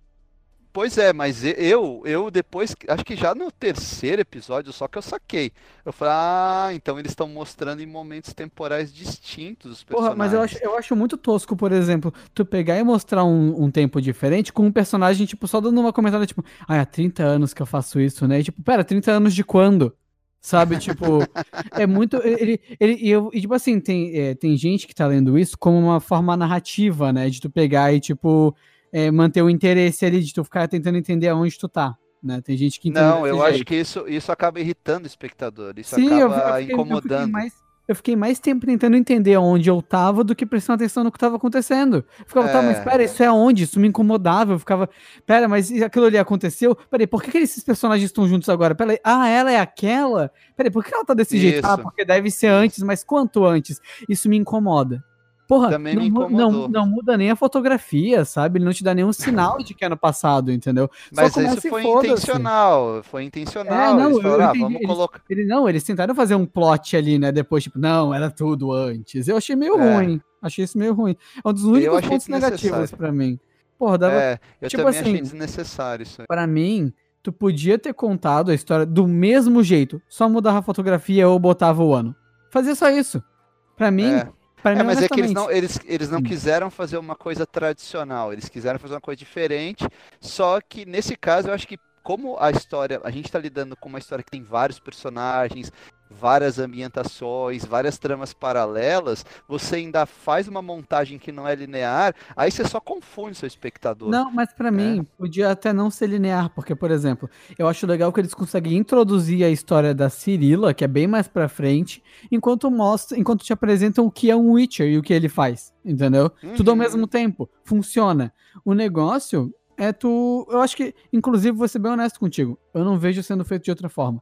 Pois é, mas e- eu, eu depois, acho que já no terceiro episódio, só que eu saquei. Eu falei, ah, então eles estão mostrando em momentos temporais distintos os Porra, mas eu acho, personagens. eu acho muito tosco, por exemplo, tu pegar e mostrar um, um tempo diferente com um personagem, tipo, só dando uma comentada, tipo, ah, há trinta anos que eu faço isso, né? E, tipo, pera, trinta anos de quando? Sabe, tipo, é muito. Ele, ele, e, eu, e, tipo assim, tem, é, tem gente que tá lendo isso como uma forma narrativa, né? De tu pegar e, tipo, é, manter o interesse ali, de tu ficar tentando entender aonde tu tá, né? Tem gente que entende Não, desse eu acho jeito. que isso, isso acaba irritando o espectador, isso Sim, eu, eu acaba fiquei, eu fiquei incomodando. mais. Eu fiquei mais tempo tentando entender onde eu tava do que prestando atenção no que tava acontecendo. Eu ficava, tá, mas É, pera, isso é onde? Isso me incomodava. Eu ficava, pera, mas e aquilo ali aconteceu? Peraí, por que, que esses personagens estão juntos agora? Peraí, ah, ela é aquela? Peraí, por que ela tá desse jeito? Ah, isso, porque deve ser antes, isso. mas quanto antes? Isso me incomoda. Porra, Também não, me mu- não, incomodou. não muda nem a fotografia, sabe? Ele não te dá nenhum sinal de que é no passado, entendeu? Só Mas isso começa e foi foda-se. intencional, foi É, intencional. Eles não, eu, eu falaram, ah, entendi. vamos Eles, colocar. ele, não, eles tentaram fazer um plot ali, né? Depois, tipo, não, era tudo antes. Eu achei meio É, ruim. Achei isso meio ruim. É um dos eu únicos achei pontos negativos desnecessário. pra mim. Porra, dava. É, eu Tipo também achei assim, desnecessário isso aí. pra mim, tu podia ter contado a história do mesmo jeito. Só mudava a fotografia ou botava o ano. Fazia só isso. Pra mim, É. pra É, mim, mas é que eles não, honestamente. eles, eles não Hum. quiseram fazer uma coisa tradicional, eles quiseram fazer uma coisa diferente, só que nesse caso eu acho que como a história, a gente está lidando com uma história que tem vários personagens, várias ambientações, várias tramas paralelas, você ainda faz uma montagem que não é linear, aí você só confunde seu espectador, Não, mas pra né? mim podia até não ser linear, porque, por exemplo, eu acho legal que eles conseguem introduzir a história da Cirilla, que é bem mais pra frente, enquanto mostra, enquanto te apresentam o que é um Witcher e o que ele faz, entendeu? Tudo ao mesmo Uhum, tempo, funciona. O negócio é tu, eu acho que, inclusive, vou ser bem honesto contigo, eu não vejo sendo feito de outra forma.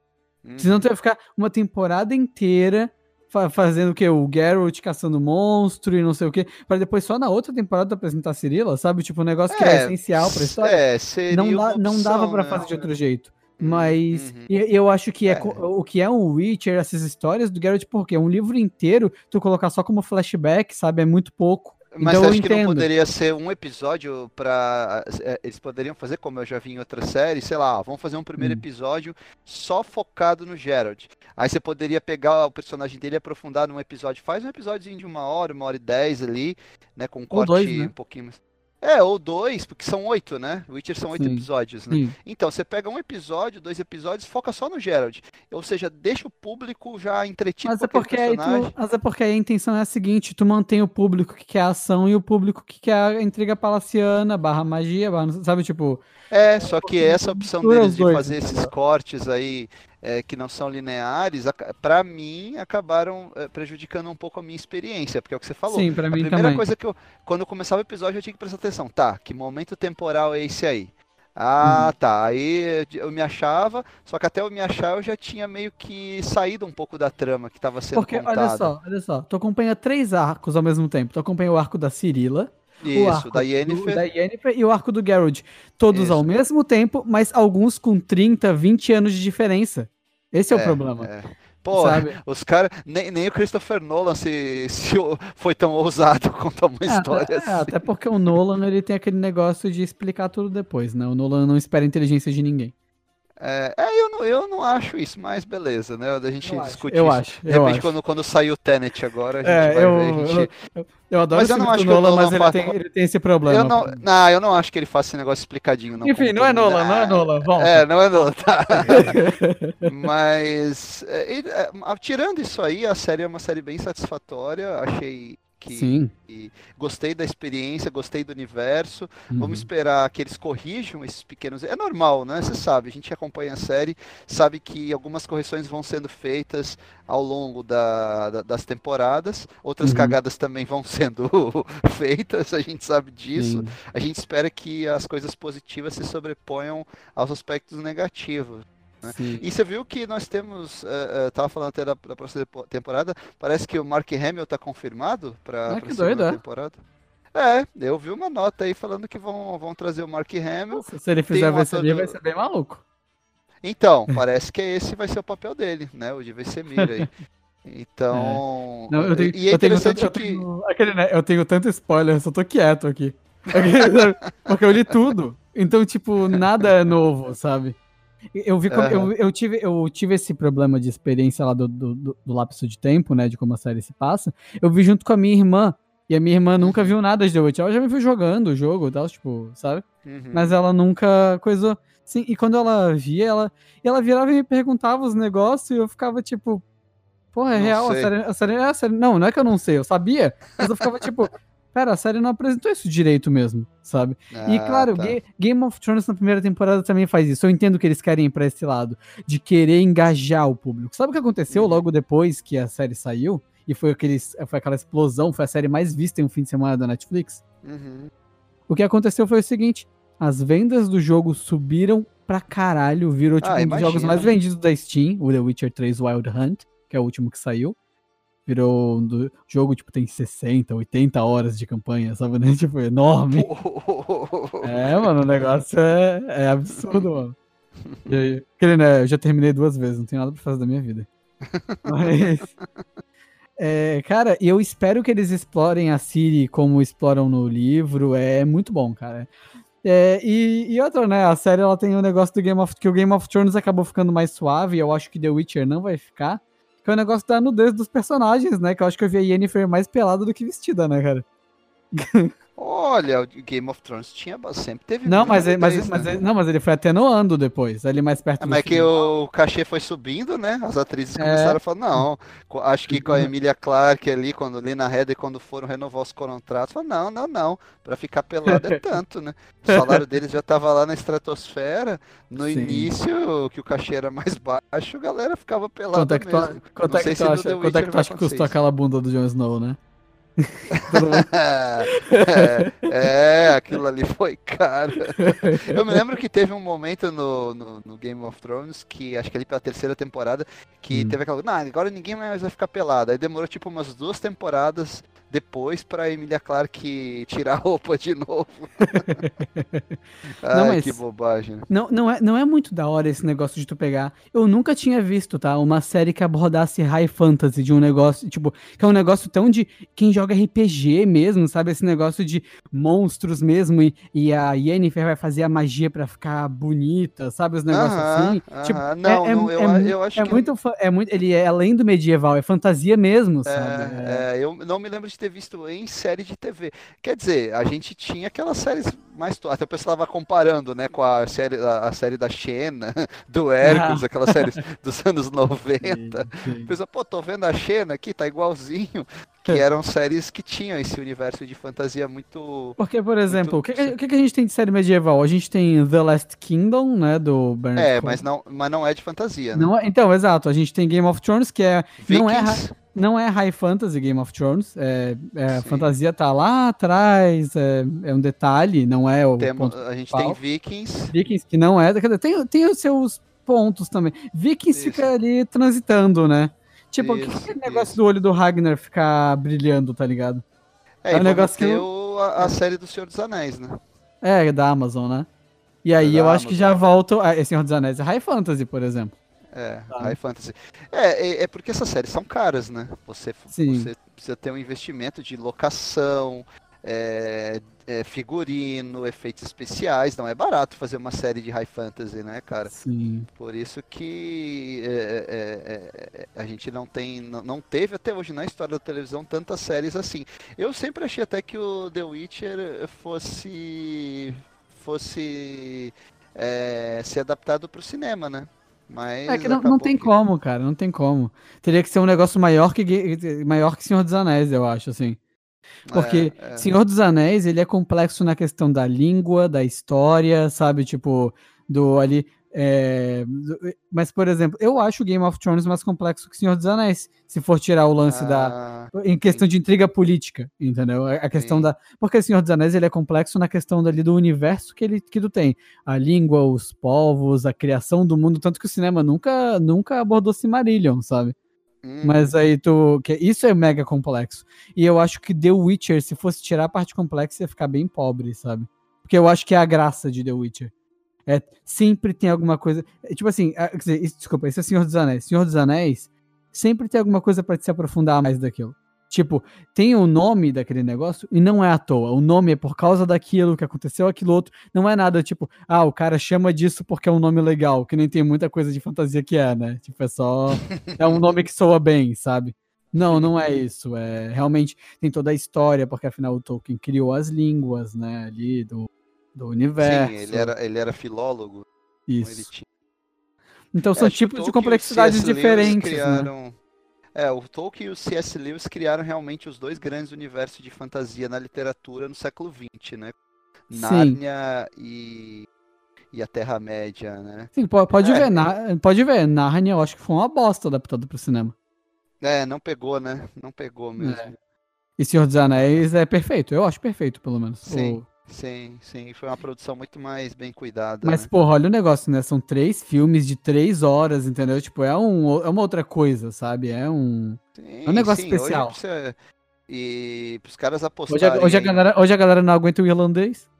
Senão tu uhum. vai ficar uma temporada inteira fa- fazendo o quê? O Geralt caçando monstro e não sei o quê, pra depois só na outra temporada tu apresentar a Cirilla, sabe? Tipo, um negócio que é É, essencial pra s- história. é, Não, seria uma dá, não dava opção, pra né? fazer de outro jeito. Hum, Mas uhum. e- eu acho que é co- É. o que é um Witcher, essas histórias do Geralt, porque um livro inteiro, tu colocar só como flashback, sabe? É muito pouco. Mas Então você eu acha que não entendo. poderia ser um episódio para eles poderiam fazer como eu já vi em outras séries, sei lá, vamos fazer um primeiro Hum. episódio só focado no Geralt. Aí você poderia pegar o personagem dele e aprofundar num episódio. Faz um episódiozinho de uma hora, uma hora e dez ali, né, com um Ou dois, corte né? um pouquinho mais. É, ou dois, porque são oito, né? Witcher são oito Sim. episódios, né? Sim. Então, você pega um episódio, dois episódios, foca só no Geralt. Ou seja, deixa o público já entretido Mas com é aquele porque aí tu, personagem. mas é porque aí a intenção é a seguinte, tu mantém o público que quer ação e o público que quer a intriga palaciana, barra magia, barra, sabe, tipo, É, só que tu, essa tu opção mistura deles os de dois, fazer esses entendeu? cortes aí é, que não são lineares, para mim acabaram é, prejudicando um pouco a minha experiência, porque é o que você falou. Sim, pra A mim primeira também. coisa que eu, quando eu começava o episódio, eu tinha que prestar atenção, tá? Que momento temporal é esse aí? Ah, Uhum. tá. Aí eu me achava, só que até eu me achar eu já tinha meio que saído um pouco da trama que estava sendo Porque, olha contada. só, olha só, tu acompanha três arcos ao mesmo tempo. Tu acompanha o arco da Cirilla, o Isso, da arco do, Yennefer. da Yennefer e o arco do Geralt. Todos ao Isso. mesmo tempo, mas alguns com trinta, vinte anos de diferença. Esse é o É, problema, é. Pô, sabe? os caras, nem, nem o Christopher Nolan se, se o- foi tão ousado contar uma É, até, história é, assim. até porque o Nolan, ele tem aquele negócio de explicar tudo depois, né? O Nolan não espera a inteligência de ninguém. É, é, eu não, eu não acho isso, mas beleza, né? A Eu gente acho, discute eu isso. acho, De eu repente, acho. quando, quando sair o Tenet agora, a gente É, vai ver, a eu, gente. eu, eu adoro Mas os eu não filmes do acho que o Nolan, mas Nolan ele fa... tem, ele tem esse Eu problema. não, não, eu não acho que ele faça esse negócio explicadinho, não, como Enfim, não é todo mundo. Nolan, não é Ah, Nolan, volta. é, não é Nolan, tá? Mas, é, ele- é, tirando isso aí, a série é uma série bem satisfatória. Achei. que Sim. e gostei da experiência, gostei do universo. Uhum. Vamos esperar que eles corrijam esses pequenos. É normal, né? Você sabe, a gente acompanha a série, sabe que algumas correções vão sendo feitas ao longo da, da- das temporadas, outras Uhum. cagadas também vão sendo feitas, a gente sabe disso. Sim. A gente espera que as coisas positivas se sobreponham aos aspectos negativos. Né? Sim. E você viu que nós temos, uh, uh, tava falando até da, da próxima temporada, parece que o Mark Hamill tá confirmado para Ah, a que doido, segunda é? temporada. É, eu vi uma nota aí falando que vão, vão trazer o Mark Hamill. Nossa, se ele Tem fizer um esse ator ali, vai do. ser bem maluco. Então, parece que esse vai ser o papel dele, né? O de Vesemir aí. É. Então. Não, eu tenho, E é eu tenho tanto, interessante eu que. tenho, aquele, né, eu tenho tanto spoiler, eu só tô quieto aqui. Aquele, sabe? Porque eu li tudo. Então, tipo, nada é novo, sabe? Eu vi como, Aham. eu, eu, tive, eu tive esse problema de experiência lá do, do, do, do lapso de tempo, né? De como a série se passa. Eu vi junto com a minha irmã. E a minha irmã nunca Uhum. viu nada de The Witcher. Ela já me viu jogando o jogo e tal, tipo, sabe? Mas Uhum. ela nunca coisou. Sim, e quando ela via, ela, ela virava e me perguntava os negócios e eu ficava tipo, porra, é Não real, a sei. série, a série é a série. Não, não é que eu não sei, eu sabia, mas eu ficava tipo, pera, a série não apresentou isso direito mesmo, sabe? E Ah, claro, tá. Ga- Game of Thrones na primeira temporada também faz isso. Eu entendo que eles querem ir pra esse lado, de querer engajar o público. Sabe o que aconteceu Uhum. logo depois que a série saiu? E foi, aqueles, foi aquela explosão, foi a série mais vista em um fim de semana da Netflix? Uhum. O que aconteceu foi o seguinte: as vendas do jogo subiram pra caralho, virou tipo Ah, um dos jogos mais imagino. vendidos da Steam, o The Witcher três Wild Hunt, que é o último que saiu. Virou um do jogo, tipo, tem sessenta, oitenta horas de campanha, sabe? Né? Tipo, enorme. Pô. É, mano, o negócio é, é absurdo, mano. E aí, aquele, né, eu já terminei duas vezes, não tenho nada pra fazer da minha vida. Mas, é, cara, eu espero que eles explorem a Ciri como exploram no livro, é muito bom, cara. É, e, e outra, né, a série ela tem o negócio do Game of que o Game of Thrones acabou ficando mais suave, eu acho que The Witcher não vai ficar, que é o negócio da nudez dos personagens, né, que eu acho que eu vi a Yennefer mais pelada do que vestida, né, cara. Olha, o Game of Thrones tinha, ba- sempre teve Não, muita mas, ele- mas, nudez, mas, né? ele- não, mas ele foi atenuando depois, ali mais Ah, perto do mas é que final. o cachê foi subindo, né? As atrizes começaram É. a falar, não, co- acho que com a Emilia Clarke ali, quando ali na Heather, quando foram renovar os contratos, falaram, não, não, não, pra ficar pelado é tanto, né? O salário deles já tava lá na estratosfera, no Sim. início, que o cachê era mais baixo, a galera ficava Quanto é pelada que tu, mesmo. quanto Não é que sei tu se no The acha, quanto é que Witcher tu vai acha que acontecer custou isso. aquela bunda do Jon Snow, né? Todo mundo... É, é, aquilo ali foi caro. Eu me lembro que teve um momento no, no, no Game of Thrones, que acho que ali pela terceira temporada, que Hum. teve aquela. Não, agora ninguém mais vai ficar pelado. Aí demorou tipo umas duas temporadas depois pra Emilia Clarke tirar a roupa de novo. Não, Ai, que mas bobagem, né? Não, não, é, não é muito da hora esse negócio de tu pegar. Eu nunca tinha visto, tá? Uma série que abordasse high fantasy de um negócio, tipo, que é um negócio tão de quem joga R P G mesmo, sabe? Esse negócio de monstros mesmo, e, e a Yennefer vai fazer a magia pra ficar bonita, sabe? Os negócios Aham, assim. Tipo, aham. Não, é, é, não, é, eu, mu- eu acho é que. muito, fa- é muito. Ele é além do medieval, é fantasia mesmo, sabe? É, É, é, eu não me lembro de ter visto em série de T V. Quer dizer, a gente tinha aquelas séries mais. to- Até o pessoal estava comparando, né, com a série, a, a série da Xena, do Hércules, Ah, aquelas séries dos anos noventa. sim, O sim. pessoal, pô, tô vendo a Xena aqui, tá igualzinho. Que eram séries que tinham esse universo de fantasia muito. Porque, por exemplo, Muito. o que, que, o que que a gente tem de série medieval? A gente tem The Last Kingdom, né, do Bernard É, mas Cornwell. não, mas não é de fantasia, né? Não é, então, exato. A gente tem Game of Thrones, que é, não é, hi- Vikings, não é high fantasy Game of Thrones. É, é, a sim. fantasia tá lá atrás, é, é um detalhe, não é o Temo, ponto a gente tem principal. Vikings. Vikings, que não é. Quer dizer, tem, tem os seus pontos também. Vikings Isso, fica ali transitando, né? Tipo, o que, que é isso, aquele negócio isso. do olho do Ragnar ficar brilhando, tá ligado? É, É e um vamos negócio que ter eu. o, a, a série do Senhor dos Anéis, né? É, é da Amazon, né? E É aí eu da acho que já Amazon. volta. Ah, Senhor dos Anéis é High Fantasy, por exemplo. É, High Sabe? Fantasy. É, é, é porque essas séries são caras, né? Você, Sim, você precisa ter um investimento de locação, é, é, figurino, efeitos especiais. Não é barato fazer uma série de High Fantasy, né, cara? sim. Por isso que é, é, é, é, a gente não tem, não, não teve até hoje na história da televisão tantas séries assim. Eu sempre achei até que o The Witcher fosse fosse é, ser adaptado para o cinema, né? É que Mas não, não acabou tem que como, cara, não tem como. Teria que ser um negócio maior que, Gue- maior que Senhor dos Anéis, eu acho, assim. Porque É, é. Senhor dos Anéis, ele é complexo na questão da língua, da história, sabe? Tipo, do ali. é, do- Mas, por exemplo, eu acho Game of Thrones mais complexo que Senhor dos Anéis, se for tirar o lance da. Ah, Em questão entendi. de intriga política, entendeu? A a questão Sim. da. Porque Senhor dos Anéis ele é complexo na questão dali do universo que ele que tu tem. A língua, os povos, a criação do mundo, tanto que o cinema nunca, nunca abordou Silmarillion, sabe? Mas Uhum. aí tu. Que isso é mega complexo. E eu acho que The Witcher, se fosse tirar a parte complexa, ia ficar bem pobre, sabe? Porque eu acho que é a graça de The Witcher. É, sempre tem alguma coisa. É, tipo assim, ah, quer dizer, isso- desculpa, isso é Senhor dos Anéis. Senhor dos Anéis, sempre tem alguma coisa pra te se aprofundar mais daquilo. Tipo, tem o nome daquele negócio e não é à toa. O nome é por causa daquilo que aconteceu, aquilo outro. Não é nada tipo, ah, o cara chama disso porque é um nome legal, que nem tem muita coisa de fantasia que é, né? Tipo, é só. É um nome que soa bem, sabe? Não, não é isso. É realmente tem toda a história, porque afinal o Tolkien criou as línguas, né, ali do, do Sim, ele universo. era, ele era filólogo, então ele Isso. tinha. Então É, são acho que o tipos de Tolkien e o complexidades C S. Lewis diferentes, né? criaram. É, o Tolkien e o C S. Lewis criaram realmente os dois grandes universos de fantasia na literatura no século vinte, né? Sim. Nárnia e, e a Terra-média, né? Sim, po- pode ver. É, Na- Pode ver. Narnia eu acho que foi uma bosta adaptada pro cinema. é, não pegou, né? Não pegou É. mesmo. E Senhor dos Ah, Anéis é perfeito. Eu acho perfeito, pelo menos. sim, O- sim, sim. Foi uma produção muito mais bem cuidada, Mas, né? porra, olha o negócio, né? São três filmes de três horas, entendeu? Tipo, é, um, é uma outra coisa, sabe? É um, é um Sim, negócio sim. Hoje pra especial. você. E pros caras Hoje, a- apostarem hoje, a aí. galera, hoje a galera não aguenta o irlandês.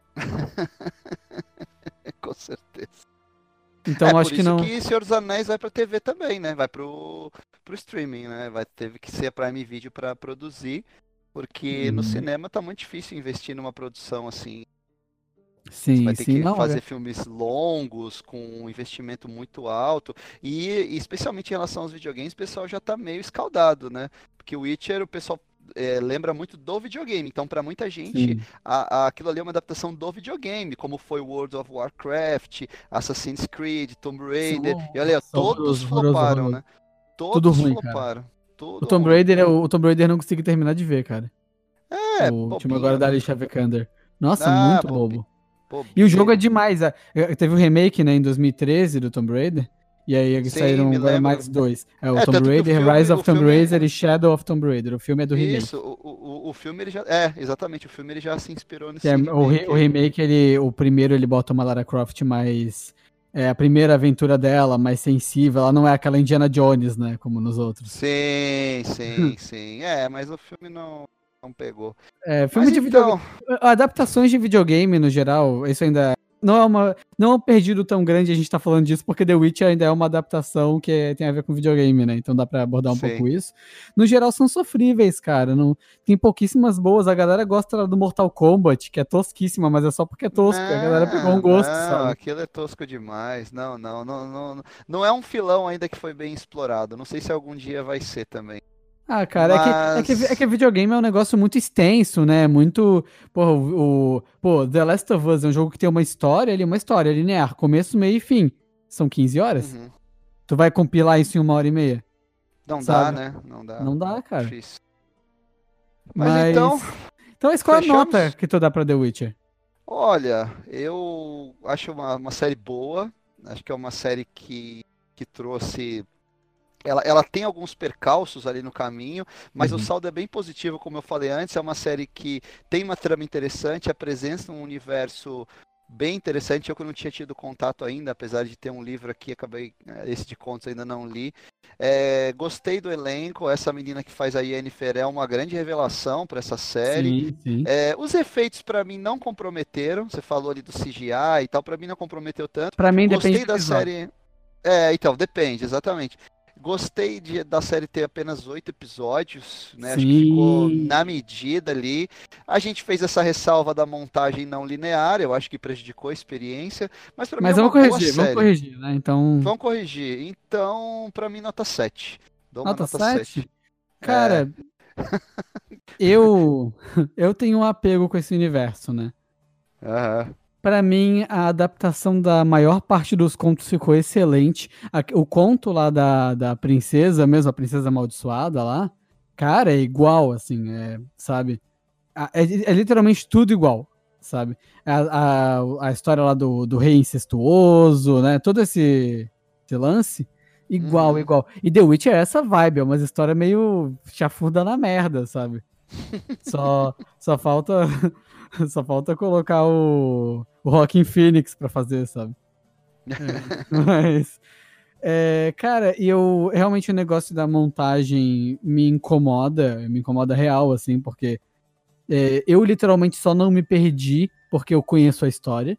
Com certeza. É Então acho por que isso não. que Senhor dos Anéis vai pra T V também, né? Vai pro, pro streaming, né? Vai, teve que ser a Prime Video pra produzir, porque no Uhum. cinema tá muito difícil investir numa produção assim. Você vai Sim, ter sim, que não. é- fazer filmes longos, com um investimento muito alto, e, e especialmente em relação aos videogames, o pessoal já tá meio escaldado, né? Porque o Witcher, o pessoal é, lembra muito do videogame, então para muita gente Sim. a- a- aquilo ali é uma adaptação do videogame, como foi World of Warcraft, Assassin's Creed, Tomb Sim, Raider, e olha, aí, nossa, todos horroroso, horroroso, floparam, horroroso. né? Tudo Todos ruim, cara. floparam, O tudo Tomb ruim. Raider, o Tomb Raider não consegui terminar de ver, cara. É, O último agora bobinho, da né? Alicia Vikander. Nossa, Ah, muito bobi, bobo. E o jogo é bobinho. demais. é- é, Teve o remake, né, em dois mil e treze do Tomb Raider. E aí Sim, saíram me agora lembro. mais dois. É o É, Tomb tanto que o Raider, filme, Rise o of Tomb filme, Raider e Shadow of Tomb Raider. O filme é do isso, remake. o, o, o filme ele já, é, exatamente, o filme ele já se inspirou Que é, nesse o, re- remake o aí. remake, ele, o primeiro, ele bota uma Lara Croft mais. É a primeira aventura dela, mais sensível. Ela não é aquela Indiana Jones, né? Como nos outros. Sim, sim, sim. É, mas o filme não, não pegou. É, filme Mas de videogame. então, Adaptações de videogame, no geral, isso ainda não é uma. Não é um perdido tão grande a gente tá falando disso, porque The Witcher ainda é uma adaptação que é- tem a ver com videogame, né? Então dá pra abordar um sim. pouco isso. No geral, são sofríveis, cara. Não, tem pouquíssimas boas. A galera gosta do Mortal Kombat, que é tosquíssima, mas é só porque é tosco. A galera pegou um Não, gosto, não, sabe? aquilo é tosco demais. Não, não, não, não, não não é um filão ainda que foi bem explorado. Não sei se algum dia vai ser também. Ah, cara, é que, é que, é Mas, que videogame é um negócio muito extenso, né? Muito. Pô, o, o- pô, The Last of Us é um jogo que tem uma história ali, uma história linear, começo, meio e fim. São quinze horas? uhum, Tu vai compilar isso em uma hora e meia, não dá, sabe? né? Não dá. Não dá, cara. Difícil. Mas então, Mas. Então, mas qual a nota fechamos? que tu dá pra The Witcher? Olha, eu acho uma, uma série boa. Acho que é uma série que, que trouxe. Ela, ela tem alguns percalços ali no caminho, mas o Uhum. saldo é bem positivo, como eu falei antes. É uma série que tem uma trama interessante, apresenta um universo bem interessante. Eu que não tinha tido contato ainda, apesar de ter um livro aqui, acabei. eh, Esse de contos ainda não li. É, gostei do elenco. Essa menina que faz a Yennefer é uma grande revelação para essa série. Sim, sim. É, os efeitos para mim não comprometeram. Você falou ali do C G I e tal, para mim não comprometeu tanto. Pra mim depende Gostei do da episódio. série. É, então, depende, exatamente. Gostei de- da série ter apenas oito episódios, né? Acho que ficou na Sim. medida ali. A gente fez essa ressalva da montagem não linear, eu acho que prejudicou a experiência, mas para mim é Mas uma vamos boa corrigir, vamos série. corrigir, né? Então, Vamos corrigir. Então, para mim, nota sete. Dou uma nota nota sete. sete. É. Cara, eu eu tenho um apego com esse universo, né? Aham. Pra mim, a adaptação da maior parte dos contos ficou excelente. A- O conto lá da, da princesa, mesmo a princesa amaldiçoada lá, Cara, é igual, assim, é, sabe? É, é literalmente tudo igual, sabe? A, a, a história lá do, do rei incestuoso, né? Todo esse, esse lance, igual, Uhum. igual. E The Witcher é essa vibe, é uma história meio chafurda na merda, sabe? Só, só falta só falta colocar o, o Joaquin Phoenix pra fazer, sabe? É, mas, é, cara, e eu realmente o negócio da montagem me incomoda, me incomoda real, assim, porque é, eu literalmente só não me perdi porque eu conheço a história.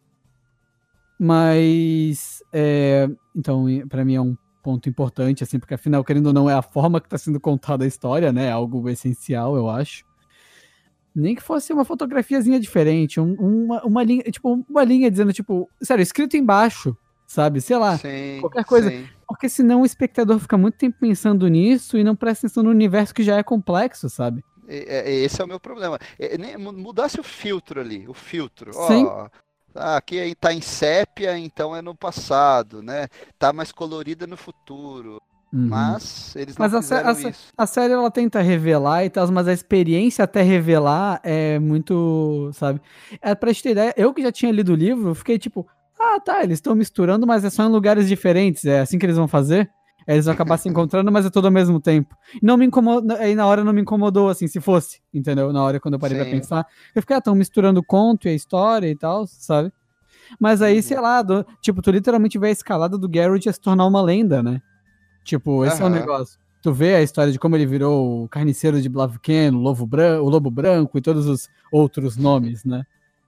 Mas, é, então, pra mim é um ponto importante, assim, porque afinal, querendo ou não, é a forma que tá sendo contada a história, né? É algo essencial, eu acho. Nem que fosse uma fotografiazinha diferente, um, uma, uma linha, tipo, uma linha dizendo, tipo, sério, escrito embaixo, sabe? Sei lá, Sim, qualquer coisa. sim. Porque senão o espectador fica muito tempo pensando nisso e não presta atenção no universo que já é complexo, sabe? É, é, esse é o meu problema. É, nem- mudasse o filtro ali, o filtro. Sim. Ó, ah, aqui aí tá em sépia, então é no passado, né? Tá mais colorida no futuro. Uhum. Mas eles não Mas a, sé- a, fizeram sé- isso. a série ela tenta revelar e tal, mas a experiência até revelar é muito, sabe? É pra te ter ideia, eu que já tinha lido o livro, fiquei tipo, ah, tá, eles estão misturando, mas é só em lugares diferentes, é assim que eles vão fazer? Aí eles vão acabar se encontrando, mas é tudo ao mesmo tempo. Não me incomodou, aí na hora não me incomodou, assim, se fosse, entendeu? Na hora quando eu parei pra Sim. pensar, eu fiquei, ah, estão misturando o conto e a história e tal, sabe? Mas aí, sei Uhum. lá, do- tipo, tu literalmente vê a escalada do Geralt a se tornar uma lenda, né? Tipo, esse é o Aham. negócio. Tu vê a história de como ele virou o carniceiro de Blaviken, o lobo, branco, o lobo branco e todos os outros nomes, né?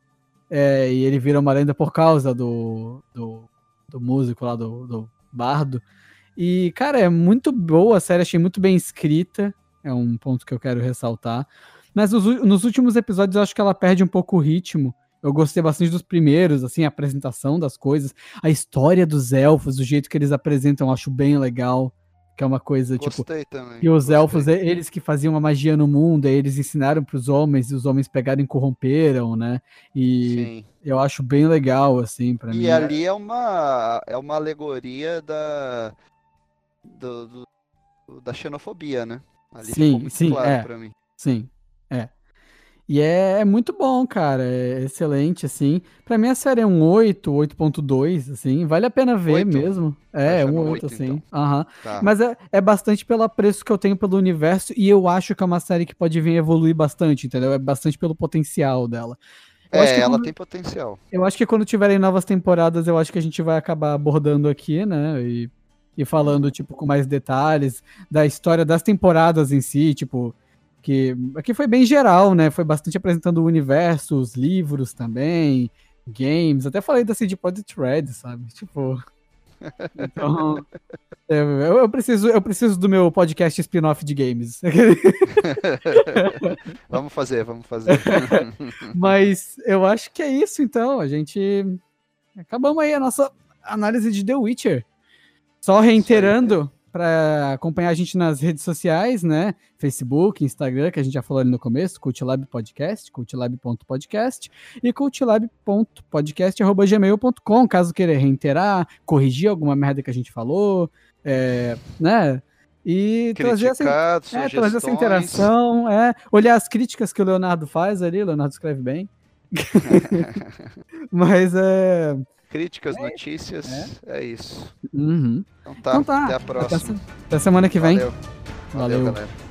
É, e ele vira uma lenda por causa do, do, do músico lá, do, do bardo. E, cara, é muito boa a série, achei muito bem escrita. É um ponto que eu quero ressaltar. Mas nos, nos últimos episódios eu acho que ela perde um pouco o ritmo. Eu gostei bastante dos primeiros, assim, a apresentação das coisas, a história dos elfos, o jeito que eles apresentam, eu acho bem legal. Que é uma coisa, tipo, Gostei também. que os elfos, Gostei. é eles que faziam a magia no mundo, aí eles ensinaram para os homens, e os homens pegaram e corromperam, né? E Sim. eu acho bem legal, assim, para E mim. É- ali é uma, é uma alegoria da, do, do- da xenofobia, né? Ali ficou Sim, muito sim, claro é. pra mim. Sim, é. E é, é muito bom, cara. É excelente, assim. Pra mim a série é um oito, oito ponto dois, assim. Vale a pena ver Oito? mesmo. Tá É, um achando oito, oito então? assim. Aham. Tá. Mas é, é bastante pelo apreço que eu tenho pelo universo e eu acho que é uma série que pode vir evoluir bastante, entendeu? É bastante pelo potencial dela. Eu acho É, que ela quando, tem potencial. eu acho que quando tiverem novas temporadas, eu acho que a gente vai acabar abordando aqui, né? E, e falando, Uhum. tipo, com mais detalhes da história das temporadas em si, tipo, que aqui foi bem geral, né? Foi bastante apresentando o universo, os livros também, games. Até falei da C D Projekt Red, sabe? Tipo, então, é, eu, eu preciso, eu preciso do meu podcast spin-off de games. Vamos fazer, vamos fazer. Mas eu acho que é isso, então. A gente acabamos aí a nossa análise de The Witcher. Só Isso aí. reiterando para acompanhar a gente nas redes sociais, né? Facebook, Instagram, que a gente já falou ali no começo, Cultlab Podcast, cultlab ponto podcast e cultlab ponto podcast arroba gmail ponto com, caso queira reiterar, corrigir alguma merda que a gente falou, é, né? E trazer essa, Criticar, é, trazer essa sugestões. interação, é, olhar as críticas que o Leonardo faz ali, o Leonardo escreve bem. Mas é. Críticas, É. notícias, é isso. Uhum. Então tá, Então até tá, a até, próxima. até semana que vem. Valeu. Valeu, Valeu. galera.